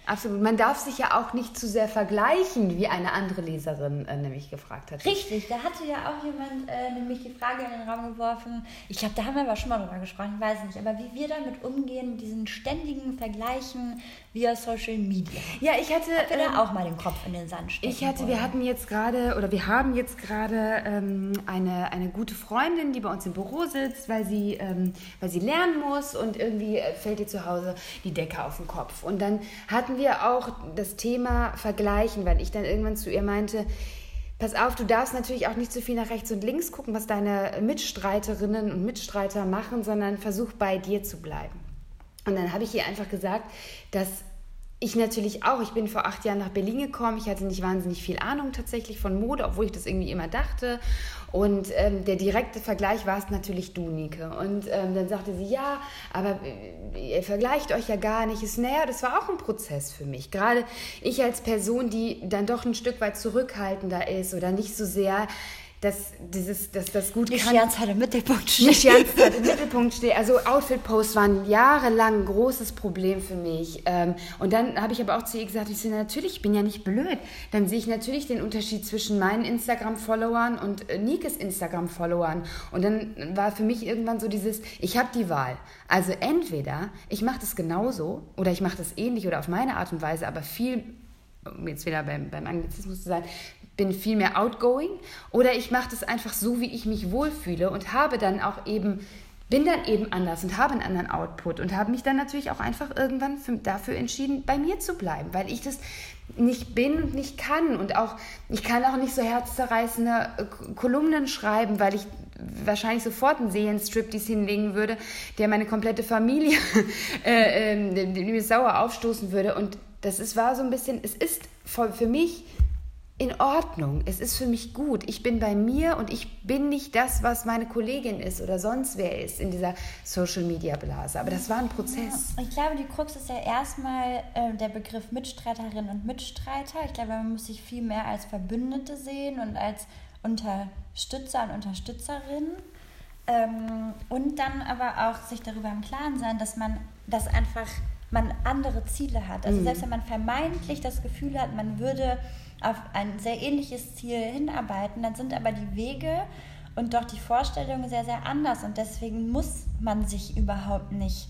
Absolut. Man darf sich ja auch nicht zu sehr vergleichen, wie eine andere Leserin äh, nämlich gefragt hat. Richtig, da hatte ja auch jemand äh, nämlich die Frage in den Raum geworfen. Ich glaube, da haben wir aber schon mal drüber gesprochen, ich weiß nicht. Aber wie wir damit umgehen, mit diesen ständigen Vergleichen via Social Media. Ja, ich hatte... Ob wir ähm, da auch mal den Kopf in den Sand stecken Ich hatte, wollen. wir hatten jetzt gerade, oder wir haben jetzt gerade ähm, eine, eine gute Freundin, die bei uns im Büro sitzt, weil sie, ähm, weil sie lernen muss und irgendwie äh, fällt ihr zu Hause die Decke auf den Kopf. Und dann hatten wir auch das Thema Vergleichen, weil ich dann irgendwann zu ihr meinte, pass auf, du darfst natürlich auch nicht so viel nach rechts und links gucken, was deine Mitstreiterinnen und Mitstreiter machen, sondern versuch bei dir zu bleiben. Und dann habe ich ihr einfach gesagt, dass ich natürlich auch, ich bin vor acht Jahren nach Berlin gekommen, ich hatte nicht wahnsinnig viel Ahnung tatsächlich von Mode, obwohl ich das irgendwie immer dachte. Und ähm, der direkte Vergleich war es natürlich du, Nike. Und ähm, dann sagte sie, ja, aber äh, ihr vergleicht euch ja gar nicht. Ist, naja, das war auch ein Prozess für mich. Gerade ich als Person, die dann doch ein Stück weit zurückhaltender ist oder nicht so sehr... dass dieses, dass das gut nicht kann. Die ganze Zeit im Mittelpunkt steht. Nicht die ganze Zeit im Mittelpunkt steht. Also Outfit-Posts waren jahrelang ein großes Problem für mich. Und dann habe ich aber auch zu ihr gesagt, ich sehe, natürlich, ich bin ja nicht blöd. Dann sehe ich natürlich den Unterschied zwischen meinen Instagram-Followern und Nikes Instagram-Followern. Und dann war für mich irgendwann so dieses, ich habe die Wahl. Also entweder ich mache das genauso oder ich mache das ähnlich oder auf meine Art und Weise, aber viel, um jetzt wieder beim, beim Anglizismus zu sein, bin viel mehr outgoing oder ich mache das einfach so, wie ich mich wohlfühle und habe dann auch eben, bin dann eben anders und habe einen anderen Output und habe mich dann natürlich auch einfach irgendwann für, dafür entschieden, bei mir zu bleiben, weil ich das nicht bin und nicht kann und auch, ich kann auch nicht so herzzerreißende Kolumnen schreiben, weil ich wahrscheinlich sofort einen Seelenstriptease hinlegen würde, der meine komplette Familie äh, äh, die mir sauer aufstoßen würde und das ist, war so ein bisschen, es ist für mich in Ordnung, es ist für mich gut, ich bin bei mir und ich bin nicht das, was meine Kollegin ist oder sonst wer ist in dieser Social-Media-Blase, aber das war ein Prozess. Ja, ich glaube, die Krux ist ja erstmal äh, der Begriff Mitstreiterin und Mitstreiter. Ich glaube, man muss sich viel mehr als Verbündete sehen und als Unterstützer und Unterstützerin ähm, und dann aber auch sich darüber im Klaren sein, dass man das einfach, man andere Ziele hat. Also mhm. selbst wenn man vermeintlich das Gefühl hat, man würde auf ein sehr ähnliches Ziel hinarbeiten, dann sind aber die Wege und doch die Vorstellungen sehr, sehr anders und deswegen muss man sich überhaupt nicht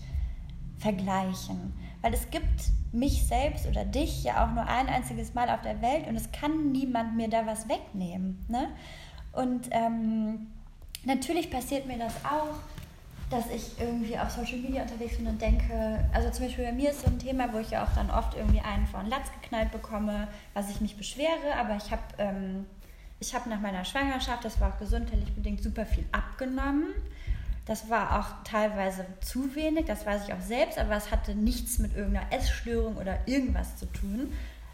vergleichen, weil es gibt mich selbst oder dich ja auch nur ein einziges Mal auf der Welt und es kann niemand mir da was wegnehmen, ne? Und ähm, natürlich passiert mir das auch, dass ich irgendwie auf Social Media unterwegs bin und denke, also zum Beispiel bei mir ist so ein Thema, wo ich ja auch dann oft irgendwie einen vor den Latz geknallt bekomme, was ich mich beschwere, aber ich habe ähm, ich habe nach meiner Schwangerschaft, das war auch gesundheitlich bedingt, super viel abgenommen. Das war auch teilweise zu wenig, das weiß ich auch selbst, aber es hatte nichts mit irgendeiner Essstörung oder irgendwas zu tun.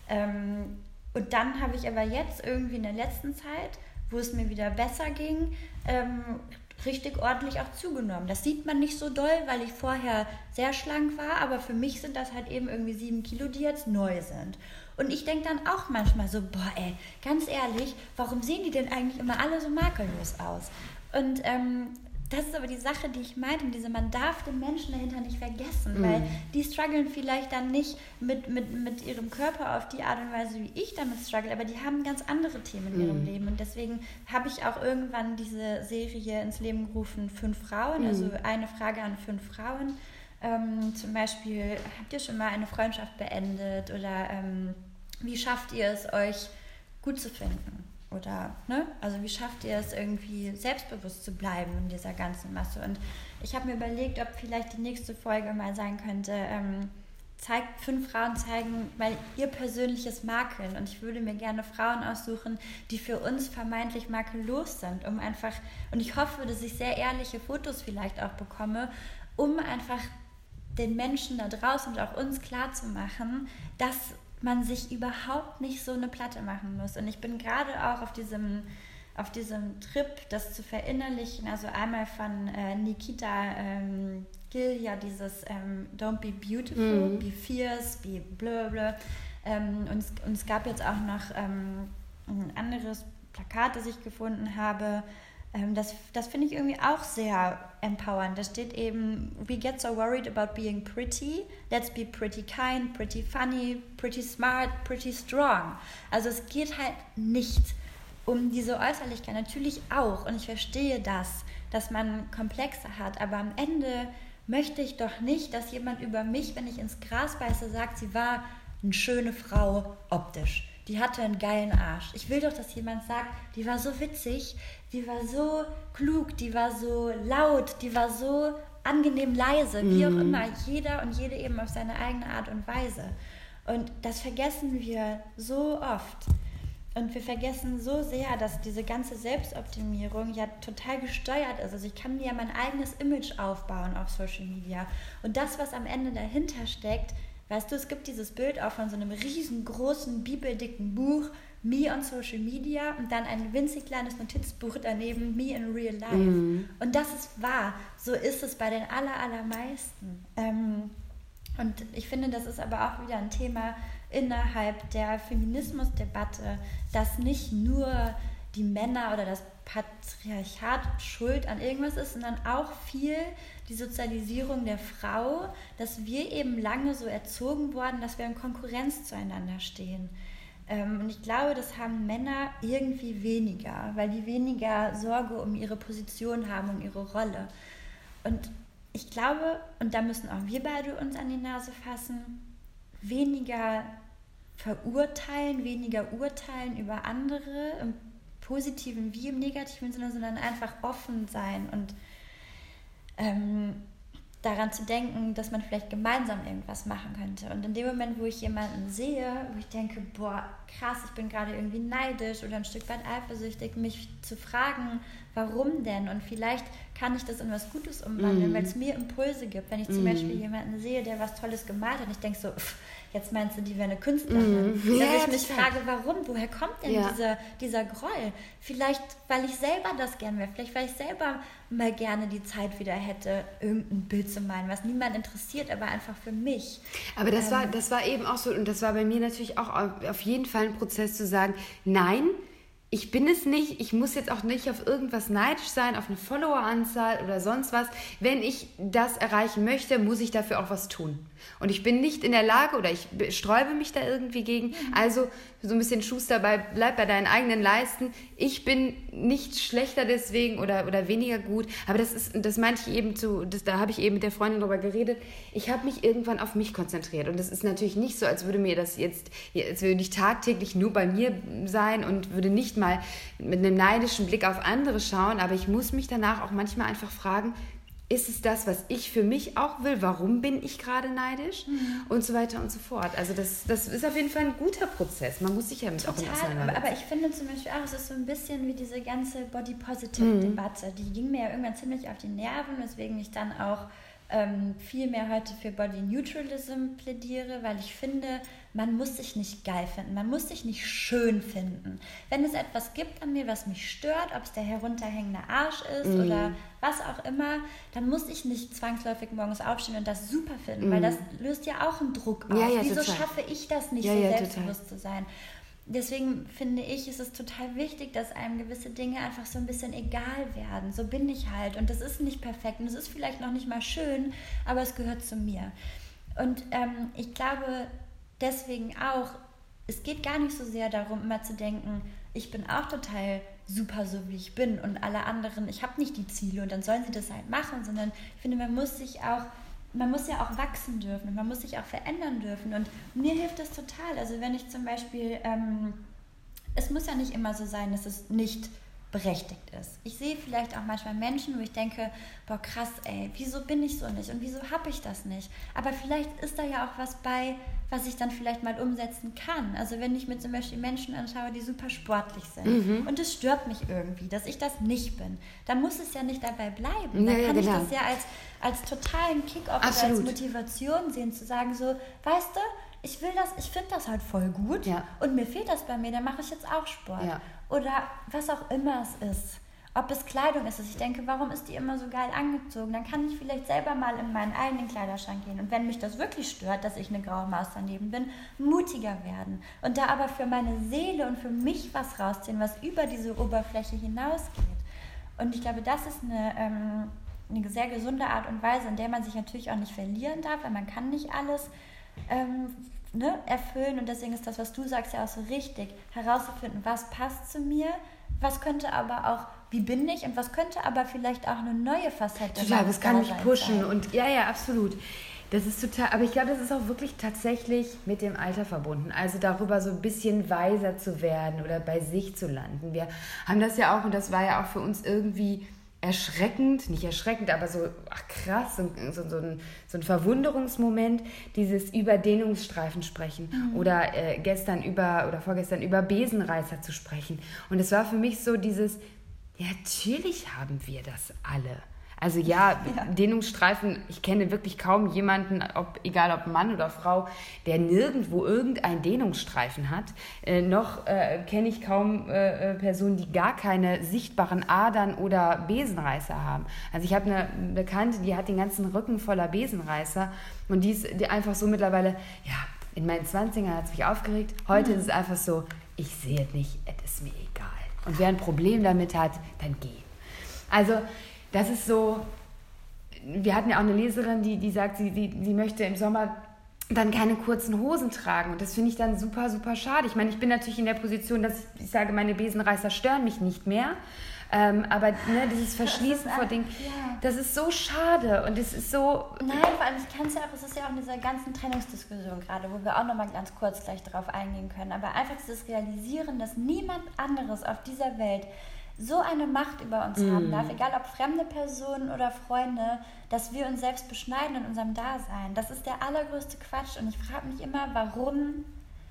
Ähm, und dann habe ich aber jetzt irgendwie in der letzten Zeit, wo es mir wieder besser ging, ähm, richtig ordentlich auch zugenommen. Das sieht man nicht so doll, weil ich vorher sehr schlank war, aber für mich sind das halt eben irgendwie sieben Kilo, die jetzt neu sind. Und ich denke dann auch manchmal so, boah ey, ganz ehrlich, warum sehen die denn eigentlich immer alle so makellos aus? Und ähm, das ist aber die Sache, die ich meinte, diese, man darf den Menschen dahinter nicht vergessen, mm. weil die strugglen vielleicht dann nicht mit, mit, mit ihrem Körper auf die Art und Weise, wie ich damit struggle, aber die haben ganz andere Themen in ihrem mm. Leben und deswegen habe ich auch irgendwann diese Serie ins Leben gerufen, Fünf Frauen, mm. also eine Frage an fünf Frauen. Ähm, zum Beispiel, habt ihr schon mal eine Freundschaft beendet oder ähm, wie schafft ihr es, euch gut zu finden? Oder, ne? Also wie schafft ihr es irgendwie selbstbewusst zu bleiben in dieser ganzen Masse? Und ich habe mir überlegt, ob vielleicht die nächste Folge mal sein könnte, ähm, zeigt, fünf Frauen zeigen mal ihr persönliches Makeln. Und ich würde mir gerne Frauen aussuchen, die für uns vermeintlich makellos sind, um einfach, und ich hoffe, dass ich sehr ehrliche Fotos vielleicht auch bekomme, um einfach den Menschen da draußen und auch uns klarzumachen, dass man sich überhaupt nicht so eine Platte machen muss. Und ich bin gerade auch auf diesem, auf diesem Trip, das zu verinnerlichen, also einmal von äh, Nikita ähm, Gill, ja dieses ähm, Don't be beautiful, mm. be fierce, be blah blah. Ähm, und, es, und es gab jetzt auch noch ähm, ein anderes Plakat, das ich gefunden habe, Ähm, das das finde ich irgendwie auch sehr empowernd. Da steht eben, we get so worried about being pretty, let's be pretty kind, pretty funny, pretty smart, pretty strong. Also es geht halt nicht um diese Äußerlichkeit, natürlich auch. Und ich verstehe das, dass man Komplexe hat, aber am Ende möchte ich doch nicht, dass jemand über mich, wenn ich ins Gras beiße, sagt, sie war eine schöne Frau optisch. Die hatte einen geilen Arsch. Ich will doch, dass jemand sagt, die war so witzig, die war so klug, die war so laut, die war so angenehm leise, wie auch immer. Jeder und jede eben auf seine eigene Art und Weise. Und das vergessen wir so oft. Und wir vergessen so sehr, dass diese ganze Selbstoptimierung ja total gesteuert ist. Also ich kann mir ja mein eigenes Image aufbauen auf Social Media. Und das, was am Ende dahinter steckt, weißt du, es gibt dieses Bild auch von so einem riesengroßen, bibeldicken Buch, Me on Social Media, und dann ein winzig kleines Notizbuch daneben, Me in Real Life. Mhm. Und das ist wahr. So ist es bei den aller, allermeisten. Ähm, und ich finde, das ist aber auch wieder ein Thema innerhalb der Feminismusdebatte, dass nicht nur die Männer oder das Patriarchat schuld an irgendwas ist, sondern auch viel die Sozialisierung der Frau, dass wir eben lange so erzogen wurden, dass wir in Konkurrenz zueinander stehen. Ähm, und ich glaube, das haben Männer irgendwie weniger, weil die weniger Sorge um ihre Position haben, um ihre Rolle. Und ich glaube, und da müssen auch wir beide uns an die Nase fassen, weniger verurteilen, weniger urteilen über andere, im positiven wie im negativen Sinne, sondern einfach offen sein und ähm, daran zu denken, dass man vielleicht gemeinsam irgendwas machen könnte. Und in dem Moment, wo ich jemanden sehe, wo ich denke, boah, krass, ich bin gerade irgendwie neidisch oder ein Stück weit eifersüchtig, mich zu fragen, warum denn? Und vielleicht kann ich das in was Gutes umwandeln, mm. weil es mir Impulse gibt. Wenn ich zum mm. Beispiel jemanden sehe, der was Tolles gemalt hat und ich denke so, pff, jetzt meinst du, die wäre eine Künstlerin. Mm. Dass ja, ich mich frage, warum? Woher kommt denn ja. dieser, dieser Groll? Vielleicht, weil ich selber das gern wäre. Vielleicht, weil ich selber mal gerne die Zeit wieder hätte, irgendein Bild zu malen, was niemand interessiert, aber einfach für mich. Aber das, ähm, war, das war eben auch so, und das war bei mir natürlich auch auf jeden Fall ein Prozess zu sagen, nein, ich bin es nicht, ich muss jetzt auch nicht auf irgendwas neidisch sein, auf eine Followeranzahl oder sonst was. Wenn ich das erreichen möchte, muss ich dafür auch was tun. Und ich bin nicht in der Lage oder ich sträube mich da irgendwie gegen. Also so ein bisschen Schuster, bei, bleib bei deinen eigenen Leisten. Ich bin nicht schlechter deswegen oder, oder weniger gut. Aber das ist, das meinte ich eben zu, das, da habe ich eben mit der Freundin drüber geredet. Ich habe mich irgendwann auf mich konzentriert. Und das ist natürlich nicht so, als würde mir das jetzt, als würde ich tagtäglich nur bei mir sein und würde nicht mal mit einem neidischen Blick auf andere schauen. Aber ich muss mich danach auch manchmal einfach fragen, ist es das, was ich für mich auch will? Warum bin ich gerade neidisch? Mhm. Und so weiter und so fort. Also das, das ist auf jeden Fall ein guter Prozess. Man muss sich ja mit auch auseinandersetzen. Aber ich finde zum Beispiel auch, es ist so ein bisschen wie diese ganze Body-Positive-Debatte. Mhm. Die ging mir ja irgendwann ziemlich auf die Nerven, weswegen ich dann auch ähm, viel mehr heute für Body-Neutralism plädiere, weil ich finde, man muss sich nicht geil finden, man muss sich nicht schön finden. Wenn es etwas gibt an mir, was mich stört, ob es der herunterhängende Arsch ist mm. oder was auch immer, dann muss ich nicht zwangsläufig morgens aufstehen und das super finden, mm. weil das löst ja auch einen Druck aus. Ja, ja, Wieso total. schaffe ich das nicht, ja, so ja, selbstbewusst total. zu sein? Deswegen finde ich, ist es total wichtig, dass einem gewisse Dinge einfach so ein bisschen egal werden. So bin ich halt. Und das ist nicht perfekt und es ist vielleicht noch nicht mal schön, aber es gehört zu mir. Und ähm, ich glaube deswegen auch, es geht gar nicht so sehr darum, immer zu denken, ich bin auch total super, so wie ich bin und alle anderen, ich habe nicht die Ziele und dann sollen sie das halt machen, sondern ich finde, man muss sich auch Man muss ja auch wachsen dürfen und man muss sich auch verändern dürfen. Und mir hilft das total. Also wenn ich zum Beispiel, ähm, es muss ja nicht immer so sein, dass es nicht berechtigt ist. Ich sehe vielleicht auch manchmal Menschen, wo ich denke, boah krass, ey, wieso bin ich so nicht und wieso habe ich das nicht? Aber vielleicht ist da ja auch was bei, was ich dann vielleicht mal umsetzen kann. Also wenn ich mir zum Beispiel Menschen anschaue, die super sportlich sind mhm. und es stört mich irgendwie, dass ich das nicht bin, dann muss es ja nicht dabei bleiben. Ja, dann kann ja, genau. ich das ja als, als totalen Kick-Off oder als Motivation sehen, zu sagen so, weißt du, ich will das, ich finde das halt voll gut ja. und mir fehlt das bei mir, dann mache ich jetzt auch Sport. Ja. Oder was auch immer es ist. Ob es Kleidung ist, ich denke, warum ist die immer so geil angezogen? Dann kann ich vielleicht selber mal in meinen eigenen Kleiderschrank gehen. Und wenn mich das wirklich stört, dass ich eine graue Maus daneben bin, mutiger werden. Und da aber für meine Seele und für mich was rausziehen, was über diese Oberfläche hinausgeht. Und ich glaube, das ist eine, ähm, eine sehr gesunde Art und Weise, in der man sich natürlich auch nicht verlieren darf, weil man kann nicht alles ähm, ne, erfüllen. Und deswegen ist das, was du sagst, ja auch so richtig, herauszufinden, was passt zu mir, was könnte aber auch, wie bin ich und was könnte aber vielleicht auch eine neue Facette total, das kann mich pushen sein. Und ja, ja, absolut. Das ist total, aber ich glaube, das ist auch wirklich tatsächlich mit dem Alter verbunden. Also darüber so ein bisschen weiser zu werden oder bei sich zu landen. Wir haben das ja auch, und das war ja auch für uns irgendwie erschreckend, nicht erschreckend, aber so ach krass, so, so, so, ein, so ein Verwunderungsmoment, dieses über Dehnungsstreifen sprechen mhm. oder äh, gestern über oder vorgestern über Besenreißer zu sprechen. Und es war für mich so dieses, ja, natürlich haben wir das alle. Also ja, ja, Dehnungsstreifen, ich kenne wirklich kaum jemanden, ob, egal ob Mann oder Frau, der nirgendwo irgendeinen Dehnungsstreifen hat. Äh, noch äh, kenne ich kaum äh, Personen, die gar keine sichtbaren Adern oder Besenreißer haben. Also ich habe eine Bekannte, die hat den ganzen Rücken voller Besenreißer und die ist die einfach so mittlerweile, ja, in meinen zwanzigern hat es mich aufgeregt. Heute mhm. ist es einfach so, ich sehe es nicht, es ist mir egal. Und wer ein Problem damit hat, dann geh. Also das ist so, wir hatten ja auch eine Leserin, die, die sagt, sie, sie, sie möchte im Sommer dann keine kurzen Hosen tragen. Und das finde ich dann super, super schade. Ich meine, ich bin natürlich in der Position, dass ich, ich sage, meine Besenreißer stören mich nicht mehr. Ähm, aber ne, dieses Verschließen vor Dingen, ja. das ist so schade. Und es ist so... Nein, vor allem, ich kann es ja auch, es ist ja auch in dieser ganzen Trennungsdiskussion gerade, wo wir auch nochmal ganz kurz gleich darauf eingehen können. Aber einfach dieses Realisieren, dass niemand anderes auf dieser Welt so eine Macht über uns mm. haben darf, egal ob fremde Personen oder Freunde, dass wir uns selbst beschneiden in unserem Dasein. Das ist der allergrößte Quatsch und ich frage mich immer, warum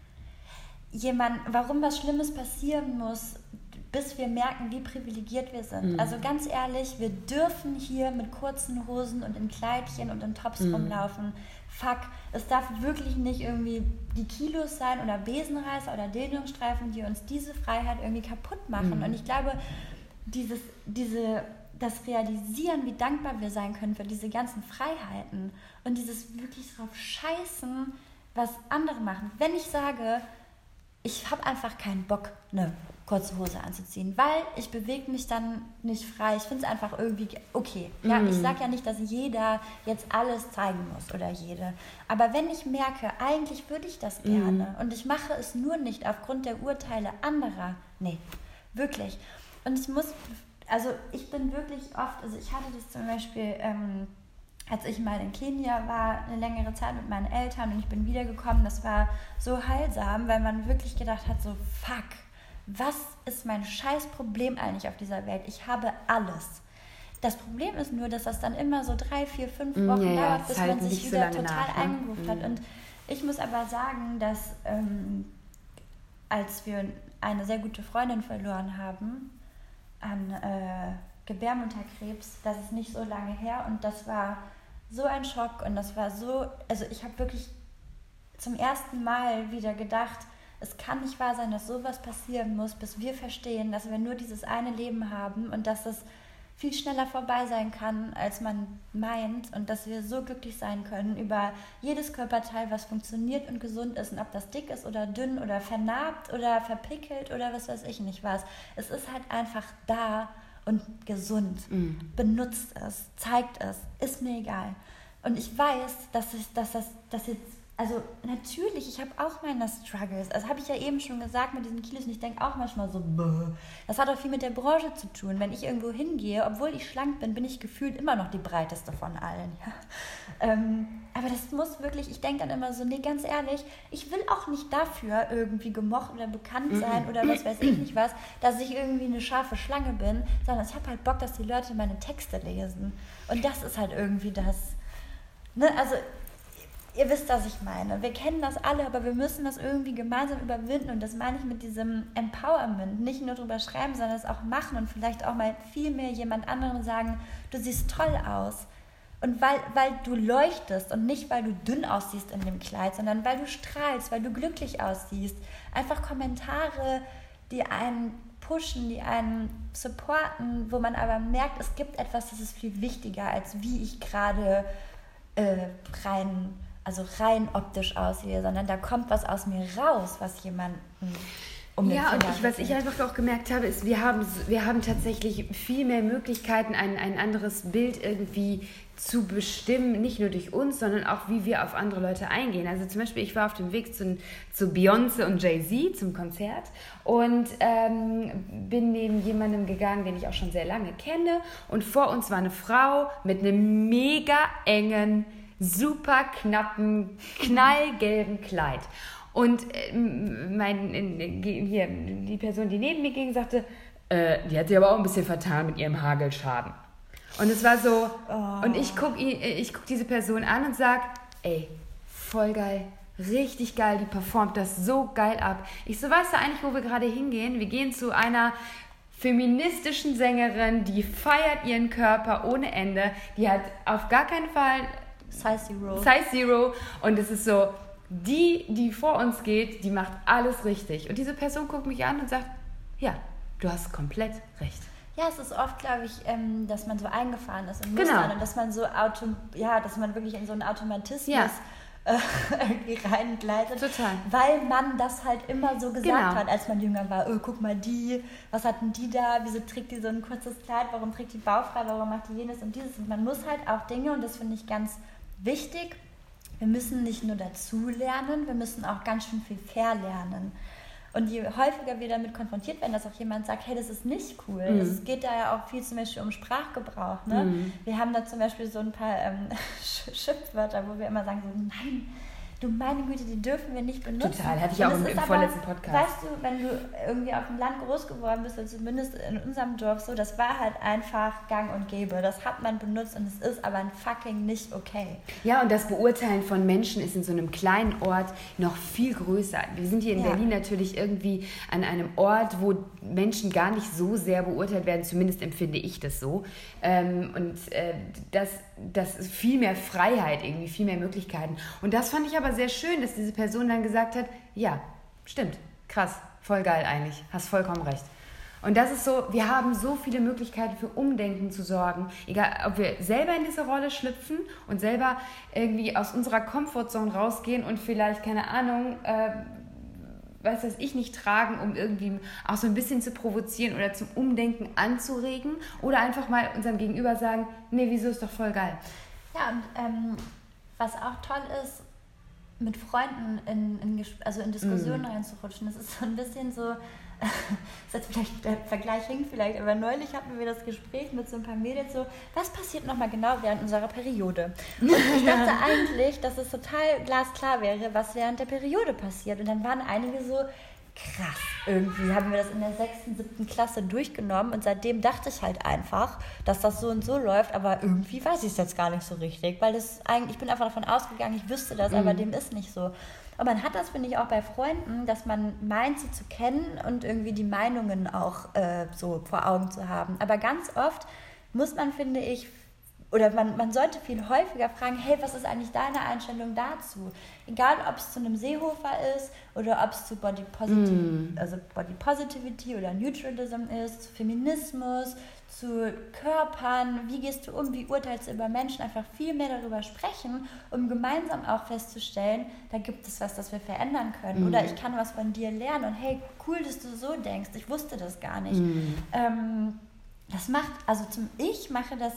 jemand, warum was Schlimmes passieren muss, bis wir merken, wie privilegiert wir sind. Mm. Also ganz ehrlich, wir dürfen hier mit kurzen Hosen und in Kleidchen und in Tops mm. rumlaufen. Fuck, es darf wirklich nicht irgendwie die Kilos sein oder Besenreißer oder Dehnungsstreifen, die uns diese Freiheit irgendwie kaputt machen. Mhm. Und ich glaube, dieses, diese, das Realisieren, wie dankbar wir sein können für diese ganzen Freiheiten und dieses wirklich drauf scheißen, was andere machen. Wenn ich sage, ich habe einfach keinen Bock, eine kurze Hose anzuziehen, weil ich bewege mich dann nicht frei. Ich finde es einfach irgendwie okay. Ja, mm. Ich sage ja nicht, dass jeder jetzt alles zeigen muss oder jede. Aber wenn ich merke, eigentlich würde ich das gerne mm. und ich mache es nur nicht aufgrund der Urteile anderer, nee, wirklich. Und ich muss, also ich bin wirklich oft, also ich hatte das zum Beispiel, ähm, als ich mal in Kenia war, eine längere Zeit mit meinen Eltern und ich bin wiedergekommen, das war so heilsam, weil man wirklich gedacht hat, so fuck, was ist mein scheiß Problem eigentlich auf dieser Welt? Ich habe alles. Das Problem ist nur, dass das dann immer so drei, vier, fünf Wochen ja, dauert, bis halt man sich wieder so total nach, ne? eingeruft mhm. hat. Und ich muss aber sagen, dass ähm, als wir eine sehr gute Freundin verloren haben an äh, Gebärmutterkrebs, das ist nicht so lange her und das war so ein Schock und das war so, also ich habe wirklich zum ersten Mal wieder gedacht, es kann nicht wahr sein, dass sowas passieren muss, bis wir verstehen, dass wir nur dieses eine Leben haben und dass es viel schneller vorbei sein kann, als man meint und dass wir so glücklich sein können über jedes Körperteil, was funktioniert und gesund ist und ob das dick ist oder dünn oder vernarbt oder verpickelt oder was weiß ich nicht was. Es ist halt einfach da und gesund. Mhm. Benutzt es, zeigt es, ist mir egal. Und ich weiß, dass, ich, dass das dass jetzt Also natürlich, ich habe auch meine Struggles. Also habe ich ja eben schon gesagt mit diesen Kilos und ich denke auch manchmal so, bäh. Das hat auch viel mit der Branche zu tun. Wenn ich irgendwo hingehe, obwohl ich schlank bin, bin ich gefühlt immer noch die breiteste von allen. Ja. Ähm, aber das muss wirklich, ich denke dann immer so, nee, ganz ehrlich, ich will auch nicht dafür irgendwie gemocht oder bekannt sein oder was weiß ich nicht was, dass ich irgendwie eine scharfe Schlange bin, sondern ich habe halt Bock, dass die Leute meine Texte lesen. Und das ist halt irgendwie das, ne, also ihr wisst, was ich meine. Wir kennen das alle, aber wir müssen das irgendwie gemeinsam überwinden. Und das meine ich mit diesem Empowerment. Nicht nur drüber schreiben, sondern es auch machen und vielleicht auch mal viel mehr jemand anderem sagen, du siehst toll aus. Und weil, weil du leuchtest und nicht, weil du dünn aussiehst in dem Kleid, sondern weil du strahlst, weil du glücklich aussiehst. Einfach Kommentare, die einen pushen, die einen supporten, wo man aber merkt, es gibt etwas, das ist viel wichtiger, als wie ich gerade äh, rein... also rein optisch aussehe, sondern da kommt was aus mir raus, was jemanden Um ja, und ich, was ich einfach auch gemerkt habe, ist, wir haben, wir haben tatsächlich viel mehr Möglichkeiten, ein, ein anderes Bild irgendwie zu bestimmen, nicht nur durch uns, sondern auch, wie wir auf andere Leute eingehen. Also zum Beispiel, ich war auf dem Weg zu, zu Beyoncé und Jay-Z zum Konzert und ähm, bin neben jemandem gegangen, den ich auch schon sehr lange kenne, und vor uns war eine Frau mit einem mega engen, super knappen, knallgelben Kleid. Und äh, mein, äh, hier, die Person, die neben mir ging, sagte, äh, die hat sich aber auch ein bisschen vertan mit ihrem Hagelschaden. Und es war so, oh. und ich gucke ich guck diese Person an und sage, ey, voll geil, richtig geil, die performt das so geil ab. Ich so, weißt du eigentlich, wo wir gerade hingehen? Wir gehen zu einer feministischen Sängerin, die feiert ihren Körper ohne Ende, die hat auf gar keinen Fall Size Zero. Size Zero. Und es ist so, die, die vor uns geht, die macht alles richtig. Und diese Person guckt mich an und sagt, ja, du hast komplett recht. Ja, es ist oft, glaube ich, ähm, dass man so eingefahren ist in Genau. Mustern und dass man so Auto, ja, dass man wirklich in so einen Automatismus ja. äh, irgendwie reingleitet. Total. Weil man das halt immer so gesagt genau. hat, als man jünger war. Oh, guck mal die, was hat denn die da? Wieso trägt die so ein kurzes Kleid? Warum trägt die bauchfrei? Warum macht die jenes und dieses? Und man muss halt auch Dinge, und das finde ich ganz wichtig, wir müssen nicht nur dazu lernen, wir müssen auch ganz schön viel verlernen. Und je häufiger wir damit konfrontiert werden, dass auch jemand sagt, hey, das ist nicht cool. Mhm. Es geht da ja auch viel zum Beispiel um Sprachgebrauch. Ne? Mhm. Wir haben da zum Beispiel so ein paar ähm, Schimpfwörter, wo wir immer sagen so, nein, du meine Güte, die dürfen wir nicht benutzen. Total, hatte ich auch im, im vorletzten Podcast. Weißt du, wenn du irgendwie auf dem Land groß geworden bist, oder zumindest in unserem Dorf so, das war halt einfach gang und gäbe. Das hat man benutzt und es ist aber ein fucking nicht okay. Ja, und das Beurteilen von Menschen ist in so einem kleinen Ort noch viel größer. Wir sind hier in ja. Berlin natürlich irgendwie an einem Ort, wo Menschen gar nicht so sehr beurteilt werden, zumindest empfinde ich das so. Ähm, und äh, das, das ist viel mehr Freiheit, irgendwie viel mehr Möglichkeiten. Und das fand ich aber sehr schön, dass diese Person dann gesagt hat, ja, stimmt, krass, voll geil eigentlich, hast vollkommen recht. Und das ist so, wir haben so viele Möglichkeiten für Umdenken zu sorgen, egal ob wir selber in diese Rolle schlüpfen und selber irgendwie aus unserer Comfortzone rausgehen und vielleicht, keine Ahnung, äh, weiß das ich nicht tragen, um irgendwie auch so ein bisschen zu provozieren oder zum Umdenken anzuregen, oder einfach mal unserem Gegenüber sagen, nee, wieso, ist doch voll geil. Ja, und ähm, was auch toll ist, mit Freunden in, in, also in Diskussionen mm. reinzurutschen. Das ist so ein bisschen so, das ist jetzt vielleicht, der Vergleich hinkt vielleicht, aber neulich hatten wir das Gespräch mit so ein paar Mädels so, was passiert nochmal genau während unserer Periode? Und ich dachte eigentlich, dass es total glasklar wäre, was während der Periode passiert. Und dann waren einige so, krass, irgendwie haben wir das in der sechsten, siebten Klasse durchgenommen und seitdem dachte ich halt einfach, dass das so und so läuft, aber irgendwie weiß ich es jetzt gar nicht so richtig, weil das eigentlich, ich bin einfach davon ausgegangen, ich wüsste das, mhm. aber dem ist nicht so. Und man hat das, finde ich, auch bei Freunden, dass man meint, sie zu kennen und irgendwie die Meinungen auch äh, so vor Augen zu haben. Aber ganz oft muss man, finde ich, oder man, man sollte viel häufiger fragen, hey, was ist eigentlich deine Einstellung dazu? Egal, ob es zu einem Seehofer ist oder ob es zu Body Positivity, mm. also Body Positivity oder Neutralism ist, zu Feminismus, zu Körpern, wie gehst du um, wie urteilst du über Menschen, einfach viel mehr darüber sprechen, um gemeinsam auch festzustellen, da gibt es was, das wir verändern können. Mm. Oder ich kann was von dir lernen und hey, cool, dass du so denkst, ich wusste das gar nicht. Mm. Ähm, das macht, also zum Ich mache das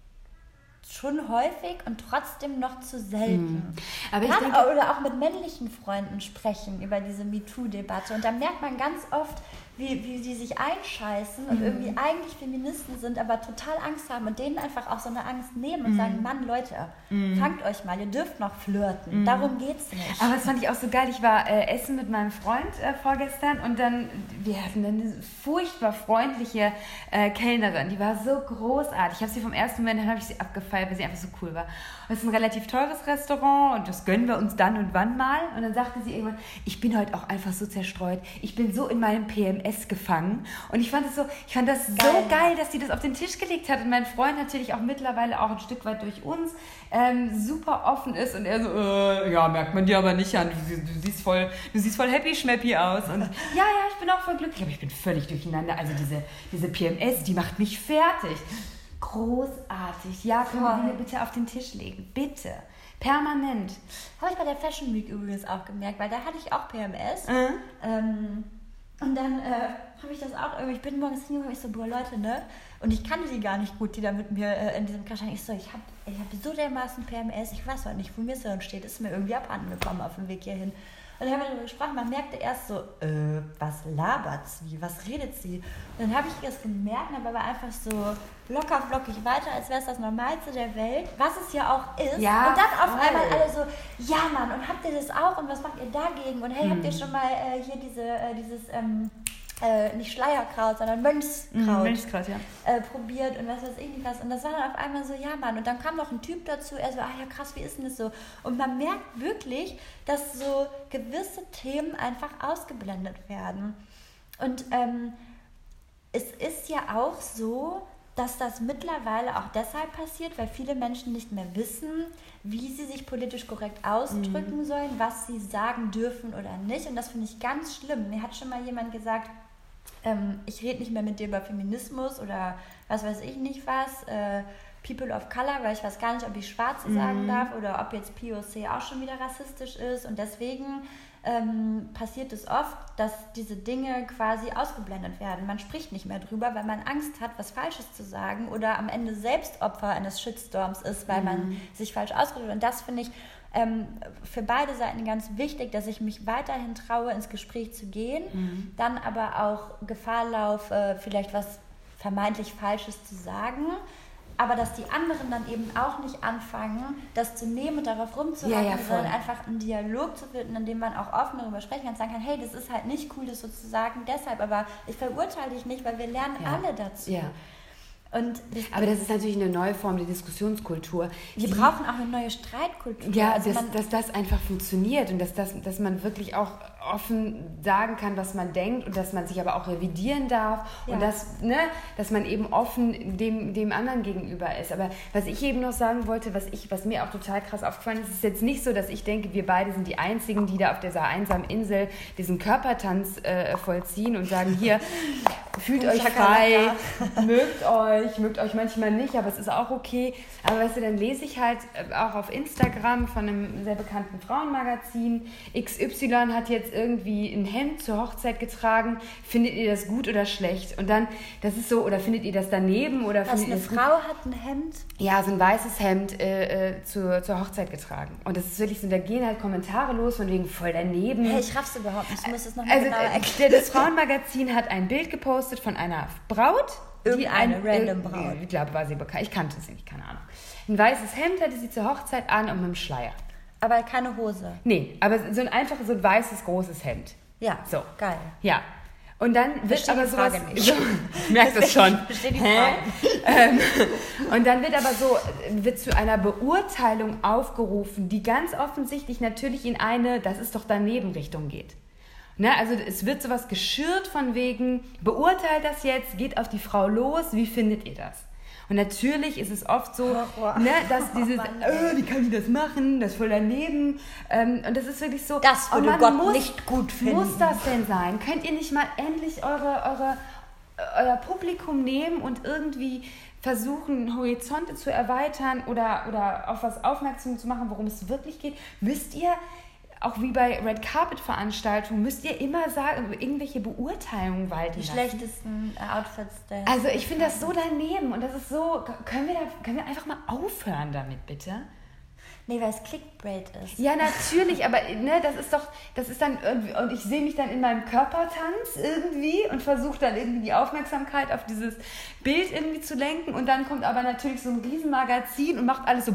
schon häufig und trotzdem noch zu selten. Aber ich denke, oder auch mit männlichen Freunden sprechen über diese MeToo-Debatte. Und da merkt man ganz oft, wie, wie die sich einscheißen und mhm. irgendwie eigentlich Feministen sind, aber total Angst haben und denen einfach auch so eine Angst nehmen und mhm. sagen, Mann, Leute, mhm. fangt euch mal, ihr dürft noch flirten. Mhm. Darum geht's nicht. Aber das fand ich auch so geil. Ich war äh, essen mit meinem Freund äh, vorgestern und dann, wir hatten eine furchtbar freundliche äh, Kellnerin. Die war so großartig. Ich habe sie vom ersten Moment, dann habe ich sie abgefeiert, weil sie einfach so cool war. Und es ist ein relativ teures Restaurant und das gönnen wir uns dann und wann mal. Und dann sagte sie irgendwann, ich bin heute auch einfach so zerstreut. Ich bin so in meinem P M S gefangen. Und ich fand es so, ich fand das geil. so geil, dass sie das auf den Tisch gelegt hat. Und mein Freund natürlich auch mittlerweile auch ein Stück weit durch uns ähm, super offen ist. Und er so, äh, ja, merkt man dir aber nicht an. Du, du, siehst voll, du siehst voll happy schmappy aus. Und ja, ja, ich bin auch voll glücklich. Aber ich bin völlig durcheinander. Also diese, diese P M S, die macht mich fertig. Großartig. Ja, können wir mir bitte auf den Tisch legen. Bitte. Permanent. Habe ich bei der Fashion Week übrigens auch gemerkt, weil da hatte ich auch P M S. Mhm. Ähm, Und dann äh, habe ich das auch irgendwie, ich bin morgens hingekommen, ich so, boah Leute, ne? Und ich kannte die gar nicht gut, die da mit mir äh, in diesem Crash waren. Ich so, ich habe ich hab so dermaßen P M S, ich weiß heute nicht, wo mir so steht, ist mir irgendwie abhanden gekommen auf dem Weg hierhin. Und dann haben wir darüber gesprochen, man merkte erst so, äh, was labert sie, was redet sie? Und dann habe ich das gemerkt, aber war einfach so locker flockig weiter, als wäre es das Normalste der Welt, was es ja auch ist. Ja, und dann auf voll. einmal alle so, ja Mann, und habt ihr das auch? Und was macht ihr dagegen? Und hey, hm. habt ihr schon mal äh, hier diese, äh, dieses, ähm, äh, nicht Schleierkraut, sondern Mönchskraut, mm, Mönchskraut ja. äh, probiert und was weiß ich nicht was. Und das war dann auf einmal so, ja Mann. Und dann kam noch ein Typ dazu, er so, ach ja krass, wie ist denn das so? Und man merkt wirklich, dass so gewisse Themen einfach ausgeblendet werden. Und ähm, es ist ja auch so, dass das mittlerweile auch deshalb passiert, weil viele Menschen nicht mehr wissen, wie sie sich politisch korrekt ausdrücken mhm. sollen, was sie sagen dürfen oder nicht. Und das finde ich ganz schlimm. Mir hat schon mal jemand gesagt, ähm, ich rede nicht mehr mit dir über Feminismus oder was weiß ich nicht was, äh, People of Color, weil ich weiß gar nicht, ob ich Schwarze mhm. sagen darf oder ob jetzt P O C auch schon wieder rassistisch ist. Und deswegen ähm, passiert es oft, dass diese Dinge quasi ausgeblendet werden. Man spricht nicht mehr drüber, weil man Angst hat, was Falsches zu sagen oder am Ende selbst Opfer eines Shitstorms ist, weil mhm. man sich falsch ausdrückt. Und das finde ich ähm, für beide Seiten ganz wichtig, dass ich mich weiterhin traue, ins Gespräch zu gehen, mhm. dann aber auch Gefahr laufe, vielleicht was vermeintlich Falsches zu sagen, aber dass die anderen dann eben auch nicht anfangen, das zu nehmen und darauf rumzureiten, ja, ja, sondern einfach einen Dialog zu finden, in dem man auch offen darüber sprechen kann und sagen kann, hey, das ist halt nicht cool, das so zu sagen, deshalb, aber ich verurteile dich nicht, weil wir lernen ja. alle dazu. Ja. Und aber das ist natürlich eine neue Form der Diskussionskultur. Wir brauchen auch eine neue Streitkultur. Ja, also dass, dass das einfach funktioniert und dass, das, dass man wirklich auch offen sagen kann, was man denkt und dass man sich aber auch revidieren darf ja. und dass, ne, dass man eben offen dem, dem anderen gegenüber ist. Aber was ich eben noch sagen wollte, was, ich, was mir auch total krass aufgefallen ist, ist jetzt nicht so, dass ich denke, wir beide sind die Einzigen, die da auf dieser einsamen Insel diesen Körpertanz äh, vollziehen und sagen, hier, fühlt euch frei, mögt euch, mögt euch manchmal nicht, aber es ist auch okay. Aber weißt du, dann lese ich halt auch auf Instagram von einem sehr bekannten Frauenmagazin, X Y hat jetzt irgendwie ein Hemd zur Hochzeit getragen, findet ihr das gut oder schlecht? Und dann, das ist so, oder findet ihr das daneben? Oder Was, findet eine ihr Frau gut? hat ein Hemd? Ja, so ein weißes Hemd äh, äh, zur, zur Hochzeit getragen. Und das ist wirklich so, da gehen halt Kommentare los, von wegen voll daneben. Hey, ich raff's überhaupt nicht, ich muss es nochmal also, genauer erklären. Das Frauenmagazin hat ein Bild gepostet von einer Braut, Irgendeine die ein, random Braut. Ich glaube, war sie bekannt. Ich kannte sie nicht, keine Ahnung. Ein weißes Hemd hatte sie zur Hochzeit an und mit einem Schleier. Aber keine Hose. Nee, aber so ein einfach so ein weißes, großes Hemd. Ja, so. Geil. Ja. Und dann wird Verstehe aber die sowas... Frage nicht. So, ich merke das schon. Verstehe die Hä? Frage. ähm, und dann wird aber so, wird zu einer Beurteilung aufgerufen, die ganz offensichtlich natürlich in eine, das ist doch daneben Richtung geht. Ne, also es wird sowas geschürt von wegen, beurteilt das jetzt, geht auf die Frau los, wie findet ihr das? Und natürlich ist es oft so, Horror. ne, dass dieses, oh Mann, äh, wie kann die das machen, das ist voll daneben. Ähm, und das ist wirklich so, das würde oh Mann, Gott muss, nicht gut finden. Muss das denn sein? Könnt ihr nicht mal endlich eure, eure, euer Publikum nehmen und irgendwie versuchen, Horizonte zu erweitern oder, oder auf was aufmerksam zu machen, worum es wirklich geht? Wisst ihr, auch wie bei Red Carpet Veranstaltungen, müsst ihr immer sagen, irgendwelche Beurteilungen walten Die lassen. schlechtesten Outfits der Also ich finde das so daneben und das ist so, können wir, da, können wir einfach mal aufhören damit, bitte? Nee, weil es Clickbait ist. Ja, natürlich, aber ne, das ist doch, das ist dann irgendwie, und ich sehe mich dann in meinem Körpertanz irgendwie und versuche dann irgendwie die Aufmerksamkeit auf dieses Bild irgendwie zu lenken und dann kommt aber natürlich so ein Riesenmagazin und macht alles so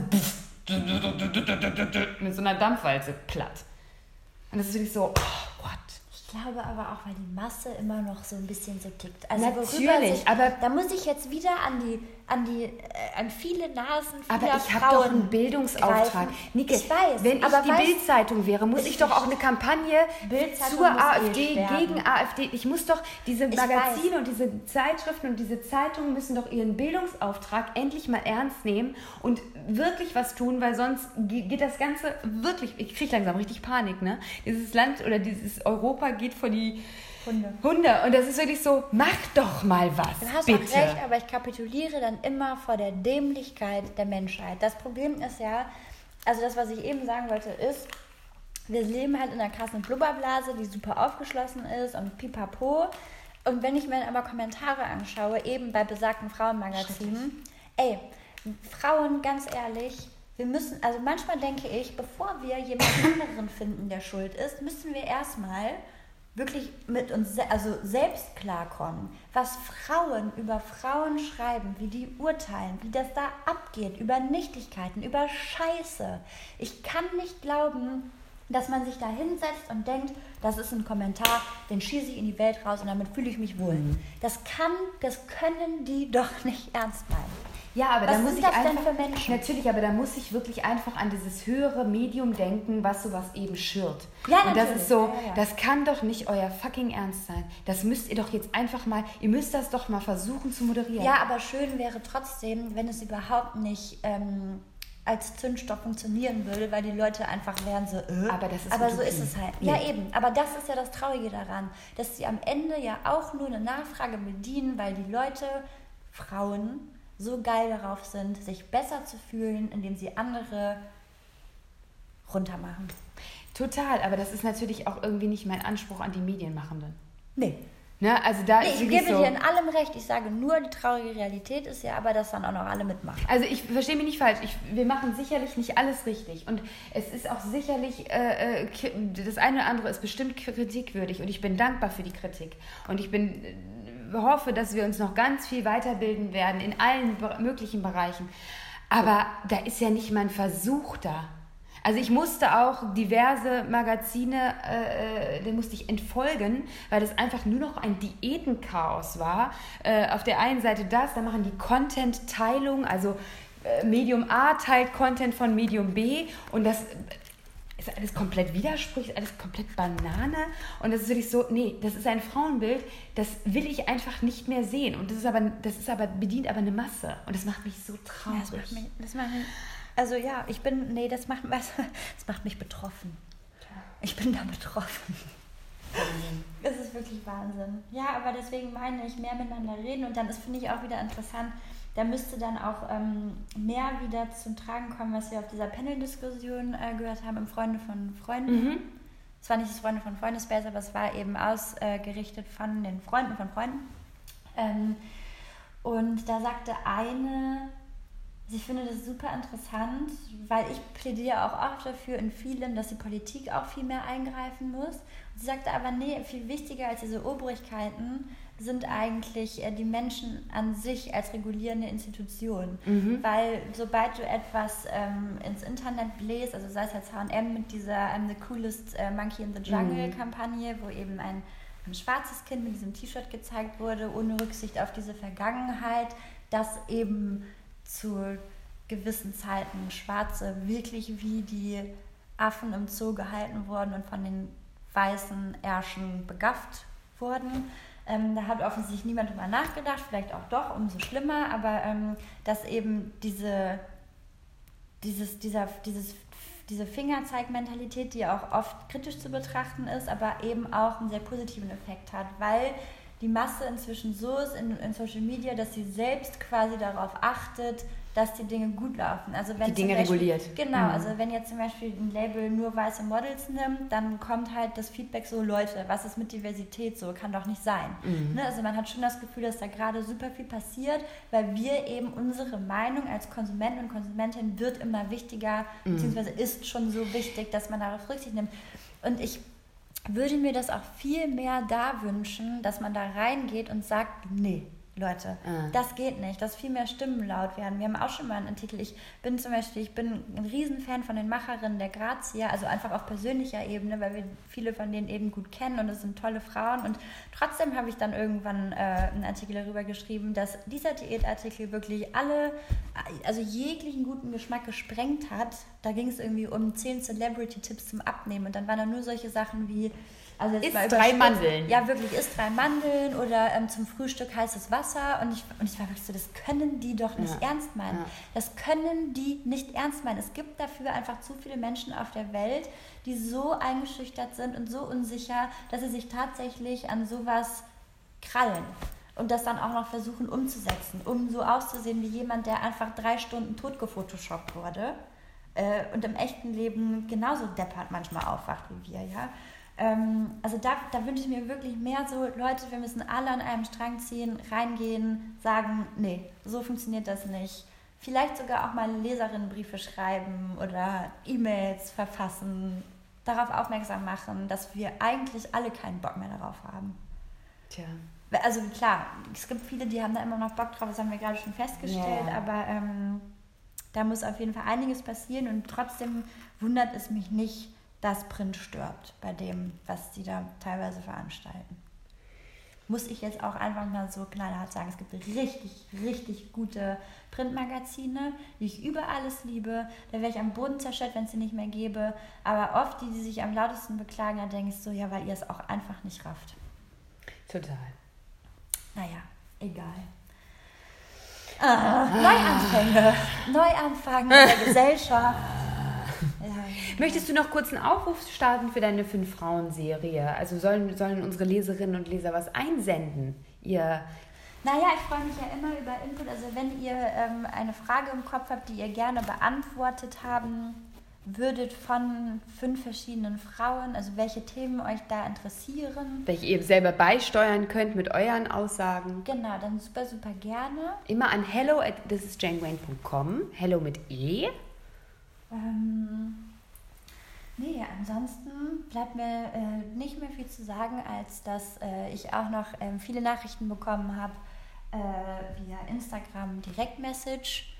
mit so einer Dampfwalze platt. Und das ist wirklich so, oh, what? Ich glaube aber auch, weil die Masse immer noch so ein bisschen so tickt. Also natürlich, sich, aber... Da muss ich jetzt wieder an die, an die, äh, an viele Nasen vieler Aber ich habe doch einen Bildungsauftrag. Nike, ich weiß. Wenn ich aber die Bild-Zeitung wäre, muss ich doch auch eine Kampagne zur AfD, eh gegen AfD... Ich muss doch, diese Magazine und diese Zeitschriften und diese Zeitungen müssen doch ihren Bildungsauftrag endlich mal ernst nehmen und wirklich was tun, weil sonst geht das Ganze wirklich... Ich kriege langsam richtig Panik, ne? Dieses Land oder dieses Europa geht vor die... Hunde. Hunde. Und das ist wirklich so, mach doch mal was, Du hast bitte. auch recht, aber ich kapituliere dann immer vor der Dämlichkeit der Menschheit. Das Problem ist ja, also das, was ich eben sagen wollte, ist, wir leben halt in einer krassen Blubberblase, die super aufgeschlossen ist und pipapo. Und wenn ich mir aber Kommentare anschaue, eben bei besagten Frauenmagazinen, ey, Frauen, ganz ehrlich, wir müssen, also manchmal denke ich, bevor wir jemanden anderen finden, der schuld ist, müssen wir erstmal wirklich mit uns se- also selbst klarkommen, was Frauen über Frauen schreiben, wie die urteilen, wie das da abgeht, über Nichtigkeiten, über Scheiße. Ich kann nicht glauben, dass man sich da hinsetzt und denkt, das ist ein Kommentar, den schieße ich in die Welt raus und damit fühle ich mich wohl. Mhm. Das kann, das können die doch nicht ernst meinen. Ja, aber was da muss sind ich das einfach, denn für Menschen? Natürlich, aber da muss ich wirklich einfach an dieses höhere Medium denken, was sowas eben schürt. Ja, und das natürlich. ist so, ja, ja. das kann doch nicht euer fucking Ernst sein. Das müsst ihr doch jetzt einfach mal, ihr müsst das doch mal versuchen zu moderieren. Ja, aber schön wäre trotzdem, wenn es überhaupt nicht ähm, als Zündstoff funktionieren würde, weil die Leute einfach wären so, äh, aber das ist aber Utopie. So ist es halt. Ja. Ja, eben. Aber das ist ja das Traurige daran, dass sie am Ende ja auch nur eine Nachfrage bedienen, weil die Leute, Frauen, so geil darauf sind, sich besser zu fühlen, indem sie andere runtermachen. Total, aber das ist natürlich auch irgendwie nicht mein Anspruch an die Medienmachenden. Nee. Ne? Also da Nee, ist ich wirklich gebe so, dir in allem recht. Ich sage nur, die traurige Realität ist ja aber, dass dann auch noch alle mitmachen. Also ich verstehe mich nicht falsch, ich, wir machen sicherlich nicht alles richtig und es ist auch sicherlich, äh, das eine oder andere ist bestimmt kritikwürdig und ich bin dankbar für die Kritik und ich bin, äh, hoffe, dass wir uns noch ganz viel weiterbilden werden in allen be- möglichen Bereichen, aber da ist ja nicht mal ein Versuch da. Also ich musste auch diverse Magazine, äh, den musste ich entfolgen, weil das einfach nur noch ein Diätenchaos war. Äh, auf der einen Seite das, da machen die Content-Teilung, also äh, Medium A teilt Content von Medium B und das ist alles komplett widersprüchlich, alles komplett Banane und das ist wirklich so, nee, das ist ein Frauenbild, das will ich einfach nicht mehr sehen und das ist aber, das ist aber, bedient aber eine Masse und das macht mich so traurig. Ja, das macht mich, das macht mich, also ja, ich bin, nee, das macht, das macht mich betroffen. Ich bin da betroffen. Das ist wirklich Wahnsinn. Ja, aber deswegen meine ich, mehr miteinander reden und dann ist, finde ich, auch wieder interessant, da müsste dann auch ähm, mehr wieder zum Tragen kommen, was wir auf dieser Panel-Diskussion äh, gehört haben im Freunde von Freunden. Mhm. Es war nicht das Freunde von Freunde Space, aber es war eben ausgerichtet äh, von den Freunden von Freunden. Ähm, und da sagte eine, ich finde das super interessant, weil ich plädiere auch oft dafür in vielem, dass die Politik auch viel mehr eingreifen muss. Und sie sagte aber, nee, viel wichtiger als diese Obrigkeiten sind eigentlich die Menschen an sich als regulierende Institution. Mhm. Weil sobald du etwas ähm, ins Internet bläst, also sei es jetzt H und M mit dieser um, The Coolest uh, Monkey in the Jungle mhm. Kampagne, wo eben ein, ein schwarzes Kind mit diesem T-Shirt gezeigt wurde, ohne Rücksicht auf diese Vergangenheit, dass eben zu gewissen Zeiten Schwarze wirklich wie die Affen im Zoo gehalten wurden und von den weißen Ärschen begafft wurden. Ähm, da hat offensichtlich niemand drüber nachgedacht, vielleicht auch doch, umso schlimmer, aber ähm, dass eben diese, dieses, dieser, dieses, diese Fingerzeigmentalität, die auch oft kritisch zu betrachten ist, aber eben auch einen sehr positiven Effekt hat, weil die Masse inzwischen so ist in, in Social Media, dass sie selbst quasi darauf achtet, dass die Dinge gut laufen. Also wenn die Dinge Beispiel, reguliert. Genau, mhm. also wenn jetzt zum Beispiel ein Label nur weiße Models nimmt, dann kommt halt das Feedback so, Leute, was ist mit Diversität so? Kann doch nicht sein. Mhm. Ne? Also man hat schon das Gefühl, dass da gerade super viel passiert, weil wir eben unsere Meinung als Konsument und Konsumentin wird immer wichtiger, mhm. beziehungsweise ist schon so wichtig, dass man darauf Rücksicht nimmt. Und ich würde mir das auch viel mehr da wünschen, dass man da reingeht und sagt, nee, Leute, ah. das geht nicht, dass viel mehr Stimmen laut werden. Wir haben auch schon mal einen Artikel, ich bin zum Beispiel, ich bin ein Riesenfan von den Macherinnen der Grazia, also einfach auf persönlicher Ebene, weil wir viele von denen eben gut kennen und es sind tolle Frauen und trotzdem habe ich dann irgendwann äh, einen Artikel darüber geschrieben, dass dieser Diätartikel wirklich alle, also jeglichen guten Geschmack gesprengt hat. Da ging es irgendwie um zehn Celebrity-Tipps zum Abnehmen und dann waren da nur solche Sachen wie Also isst drei Mandeln. Ja, wirklich, isst drei Mandeln oder ähm, zum Frühstück heißes Wasser. Und ich, und ich war wirklich so, das können die doch nicht ja. ernst meinen. Ja. Das können die nicht ernst meinen. Es gibt dafür einfach zu viele Menschen auf der Welt, die so eingeschüchtert sind und so unsicher, dass sie sich tatsächlich an sowas krallen. Und das dann auch noch versuchen umzusetzen, um so auszusehen wie jemand, der einfach drei Stunden tot gefotoshoppt wurde. äh, und im echten Leben genauso deppert manchmal aufwacht wie wir, ja. Ähm, also da, da wünsche ich mir wirklich mehr so, Leute, wir müssen alle an einem Strang ziehen, reingehen, sagen, nee, so funktioniert das nicht. Vielleicht sogar auch mal Leserinnenbriefe schreiben oder E-Mails verfassen, darauf aufmerksam machen, dass wir eigentlich alle keinen Bock mehr darauf haben. Tja. Also klar, es gibt viele, die haben da immer noch Bock drauf, das haben wir gerade schon festgestellt, ja. aber ähm, da muss auf jeden Fall einiges passieren und trotzdem wundert es mich nicht, dass Print stirbt bei dem, was sie da teilweise veranstalten. Muss ich jetzt auch einfach mal so knallhart sagen, es gibt richtig, richtig gute Printmagazine, die ich über alles liebe. Da wäre ich am Boden zerstört, wenn es sie nicht mehr gäbe. Aber oft, die, die sich am lautesten beklagen, da denke ich so, ja, weil ihr es auch einfach nicht rafft. Total. Naja, egal. Ah, Neuanfänge. Neuanfang in der Gesellschaft. Ja. Möchtest du noch kurz einen Aufruf starten für deine Fünf-Frauen-Serie? Also sollen, sollen unsere Leserinnen und Leser was einsenden? Ihr Naja, ich freue mich ja immer über Input. Also wenn ihr ähm, eine Frage im Kopf habt, die ihr gerne beantwortet haben würdet von fünf verschiedenen Frauen, also welche Themen euch da interessieren. Welche ihr selber beisteuern könnt mit euren Aussagen. Genau, dann super, super gerne. Immer an hello at this is jane wayne dot com. Hello mit E. Ähm, nee, ansonsten bleibt mir äh, nicht mehr viel zu sagen, als dass äh, ich auch noch ähm, viele Nachrichten bekommen habe äh, via Instagram Direktmessage,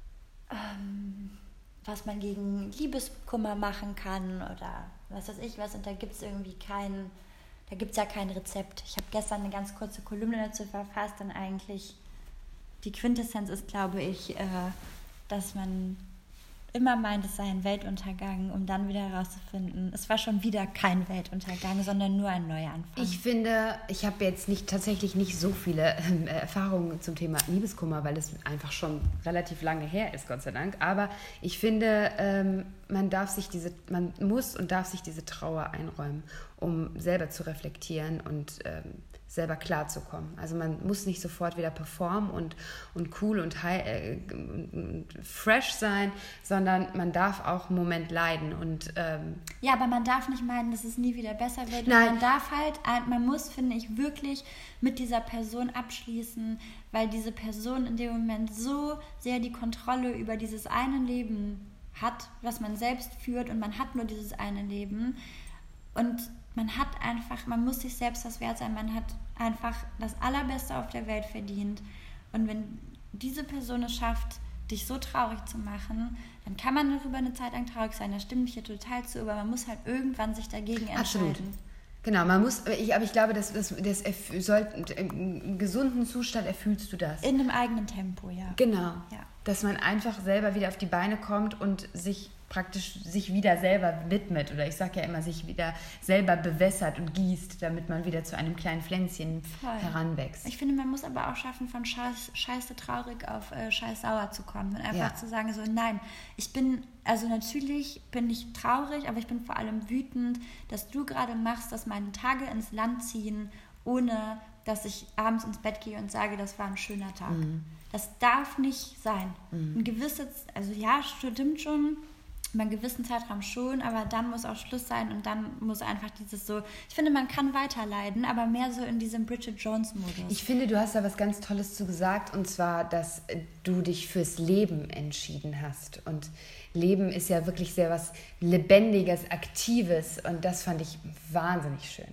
ähm, was man gegen Liebeskummer machen kann oder was weiß ich was. Und da gibt es irgendwie kein, da gibt es ja kein Rezept. Ich habe gestern eine ganz kurze Kolumne dazu verfasst und eigentlich die Quintessenz ist, glaube ich, äh, dass man immer meint, es sei ein Weltuntergang, um dann wieder herauszufinden, es war schon wieder kein Weltuntergang, sondern nur ein neuer Anfang. Ich finde, ich habe jetzt nicht tatsächlich nicht so viele äh, Erfahrungen zum Thema Liebeskummer, weil es einfach schon relativ lange her ist, Gott sei Dank. Aber ich finde, ähm, man darf sich diese, man muss und darf sich diese Trauer einräumen, um selber zu reflektieren und ähm, selber klarzukommen. Also man muss nicht sofort wieder performen und, und cool und, high, äh, und fresh sein, sondern man darf auch einen Moment leiden. Und, ähm ja, aber man darf nicht meinen, dass es nie wieder besser wird. Nein. Man darf halt, man muss, finde ich, wirklich mit dieser Person abschließen, weil diese Person in dem Moment so sehr die Kontrolle über dieses eine Leben hat, was man selbst führt und man hat nur dieses eine Leben und man hat einfach, man muss sich selbst das wert sein, man hat einfach das Allerbeste auf der Welt verdient. Und wenn diese Person es schafft, dich so traurig zu machen, dann kann man darüber eine Zeit lang traurig sein. Da stimme ich hier total zu, aber man muss halt irgendwann sich dagegen entscheiden. Absolut. Genau, man muss, ich, aber ich glaube, das, das, das soll, im gesunden Zustand erfühlst du das. In einem eigenen Tempo, ja. Genau. Ja. Dass man einfach selber wieder auf die Beine kommt und sich praktisch sich wieder selber widmet oder ich sage ja immer, sich wieder selber bewässert und gießt, damit man wieder zu einem kleinen Pflänzchen Voll. heranwächst. Ich finde, man muss aber auch schaffen, von Scheiß, scheiße traurig auf äh, scheiß sauer zu kommen und einfach ja. zu sagen, so nein, ich bin, also natürlich bin ich traurig, aber ich bin vor allem wütend, dass du gerade machst, dass meine Tage ins Land ziehen, ohne dass ich abends ins Bett gehe und sage, das war ein schöner Tag. Mhm. Das darf nicht sein. Mhm. Ein gewisses, also ja, stimmt schon, über einen gewissen Zeitraum schon, aber dann muss auch Schluss sein und dann muss einfach dieses so, ich finde, man kann weiterleiden, aber mehr so in diesem Bridget Jones-Modus. Ich finde, du hast da was ganz Tolles zu gesagt und zwar, dass du dich fürs Leben entschieden hast und Leben ist ja wirklich sehr was Lebendiges, Aktives und das fand ich wahnsinnig schön.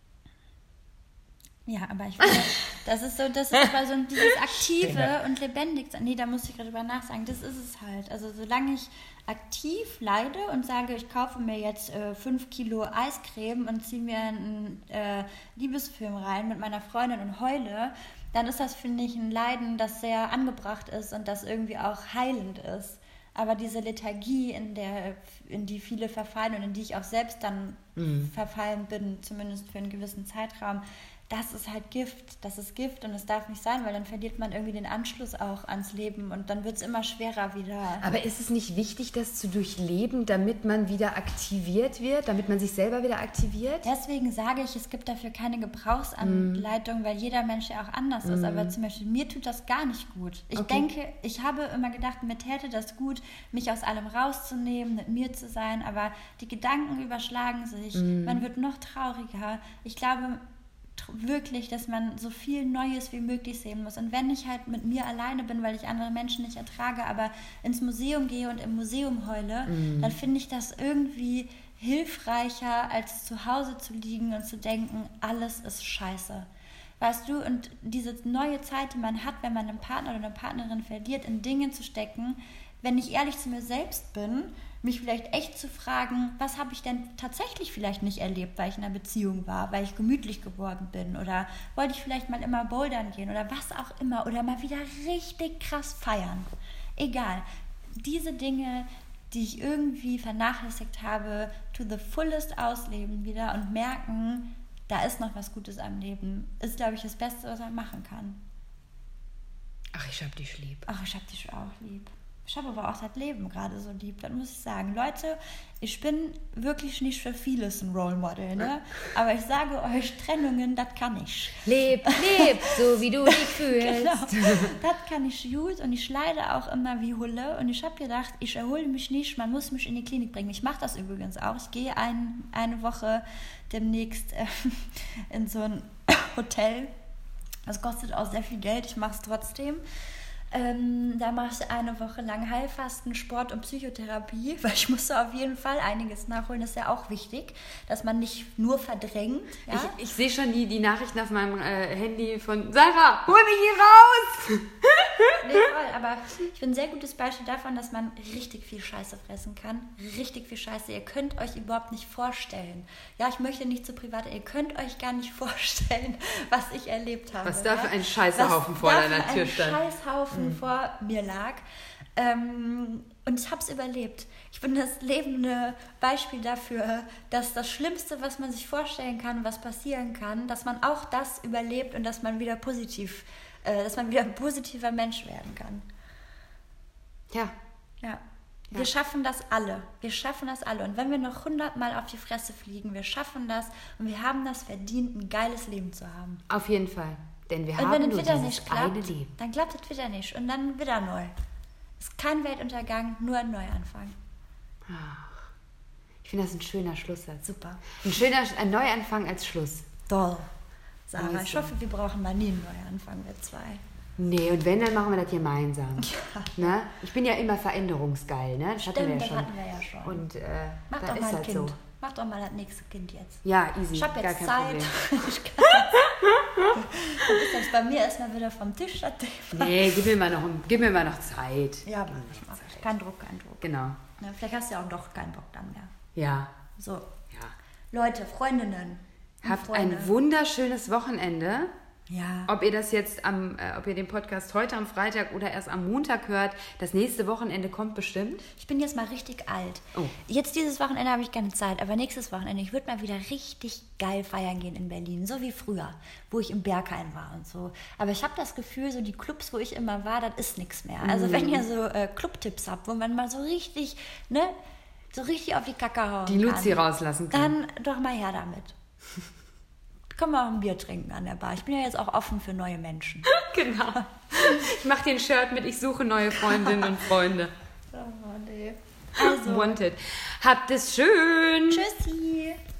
Ja, aber ich finde, das ist so, das ist so dieses Aktive Stille. Und lebendig sein. Nee, da muss ich gerade drüber nachsagen, das ist es halt. Also solange ich aktiv leide und sage, ich kaufe mir jetzt äh, fünf Kilo Eiscreme und ziehe mir einen äh, Liebesfilm rein mit meiner Freundin und heule, dann ist das, finde ich, ein Leiden, das sehr angebracht ist und das irgendwie auch heilend ist. Aber diese Lethargie, in, der, in die viele verfallen und in die ich auch selbst dann mhm. verfallen bin, zumindest für einen gewissen Zeitraum, das ist halt Gift, das ist Gift und es darf nicht sein, weil dann verliert man irgendwie den Anschluss auch ans Leben und dann wird es immer schwerer wieder. Aber ist es nicht wichtig, das zu durchleben, damit man wieder aktiviert wird, damit man sich selber wieder aktiviert? Deswegen sage ich, es gibt dafür keine Gebrauchsanleitung, mm. weil jeder Mensch ja auch anders mm. ist. Aber zum Beispiel mir tut das gar nicht gut. Ich okay. denke, ich habe immer gedacht, mir täte das gut, mich aus allem rauszunehmen, mit mir zu sein, aber die Gedanken überschlagen sich, mm. man wird noch trauriger. Ich glaube wirklich, dass man so viel Neues wie möglich sehen muss. Und wenn ich halt mit mir alleine bin, weil ich andere Menschen nicht ertrage, aber ins Museum gehe und im Museum heule, mm. dann finde ich das irgendwie hilfreicher, als zu Hause zu liegen und zu denken, alles ist scheiße. Weißt du, und diese neue Zeit, die man hat, wenn man einen Partner oder eine Partnerin verliert, in Dingen zu stecken, wenn ich ehrlich zu mir selbst bin, mich vielleicht echt zu fragen, was habe ich denn tatsächlich vielleicht nicht erlebt, weil ich in einer Beziehung war, weil ich gemütlich geworden bin oder wollte ich vielleicht mal immer bouldern gehen oder was auch immer oder mal wieder richtig krass feiern. Egal. Diese Dinge, die ich irgendwie vernachlässigt habe, to the fullest ausleben wieder und merken, da ist noch was Gutes am Leben, ist, glaube ich, das Beste, was man machen kann. Ach, ich hab dich lieb. Ach, ich hab dich auch lieb. Ich habe aber auch das Leben gerade so lieb, das muss ich sagen. Leute, ich bin wirklich nicht für vieles ein Role Model, ne? Aber ich sage euch, Trennungen, das kann ich. Leb, leb, so wie du dich fühlst. Genau, das kann ich gut und ich leide auch immer wie Hulle. Und ich habe gedacht, ich erhole mich nicht, man muss mich in die Klinik bringen. Ich mache das übrigens auch. Ich gehe ein, eine Woche demnächst äh, in so ein Hotel. Das kostet auch sehr viel Geld, ich mache es trotzdem. Ähm, da mache ich eine Woche lang Heilfasten, Sport und Psychotherapie, weil ich musste auf jeden Fall einiges nachholen. Das ist ja auch wichtig, dass man nicht nur verdrängt. Ja? Ich, ich sehe schon die, die Nachrichten auf meinem äh, Handy von Sarah, hol mich hier raus! Nee, voll, aber ich bin ein sehr gutes Beispiel davon, dass man richtig viel Scheiße fressen kann. Richtig viel Scheiße. Ihr könnt euch überhaupt nicht vorstellen. Ja, ich möchte nicht zu privat, ihr könnt euch gar nicht vorstellen, was ich erlebt habe. Was da ja? für ein Scheißehaufen vor deiner Tür stand. Was ein Scheißhaufen mhm. vor mir lag. Ähm, und ich habe es überlebt. Ich bin das lebende Beispiel dafür, dass das Schlimmste, was man sich vorstellen kann, was passieren kann, dass man auch das überlebt und dass man wieder positiv dass man wieder ein positiver Mensch werden kann. Ja. Ja. Wir ja. schaffen das alle. Wir schaffen das alle. Und wenn wir noch hundertmal auf die Fresse fliegen, wir schaffen das und wir haben das verdient, ein geiles Leben zu haben. Auf jeden Fall. Denn wir und haben wenn nur es wieder dieses nicht klappt, eine Leben. Dann klappt es wieder nicht. Und dann wieder neu. Es ist kein Weltuntergang, nur ein Neuanfang. Ach, ich finde das ein schöner Schlusssatz. Super. Ein schöner ein Neuanfang als Schluss. Toll. Sarah, ich hoffe, wir brauchen mal nie einen Neuanfang, wir zwei. Nee, und wenn, dann machen wir das gemeinsam. Ja. Ne? Ich bin ja immer veränderungsgeil, ne? Das Stimmt, hatten wir ja das schon. hatten wir ja schon. Und äh, Mach da doch ist mal ein halt Kind. so. Mach doch mal das nächste Kind jetzt. Ja, easy. Ich habe jetzt Gar Zeit. kein ich kann jetzt. Dann ist das bei mir erstmal wieder vom Tisch, das Thema. Nee, gib mir mal noch, gib mir mal noch Zeit. Ja, mach ich, mach ich. Kein Druck, kein Druck. Genau. Ja, vielleicht hast du ja auch doch keinen Bock dann mehr. Ja. So. Ja. Leute, Freundinnen. Habt Freunde. ein wunderschönes Wochenende. Ja. Ob ihr das jetzt am, äh, ob ihr den Podcast heute am Freitag oder erst am Montag hört, das nächste Wochenende kommt bestimmt. Ich bin jetzt mal richtig alt. Oh. Jetzt dieses Wochenende habe ich keine Zeit, aber nächstes Wochenende, ich würde mal wieder richtig geil feiern gehen in Berlin, so wie früher, wo ich im Berghain war und so. Aber ich habe das Gefühl, so die Clubs, wo ich immer war, das ist nichts mehr. Also mm. wenn ihr so äh, Clubtipps habt, wo man mal so richtig, ne, so richtig auf die Kacke hauen die Luzi kann, rauslassen kann. Dann doch mal her damit. Können wir auch ein Bier trinken an der Bar. Ich bin ja jetzt auch offen für neue Menschen. Genau. Ich mache dir ein Shirt mit, ich suche neue Freundinnen und Freunde. Oh, nee. Also. Wanted. Habt es schön. Tschüssi.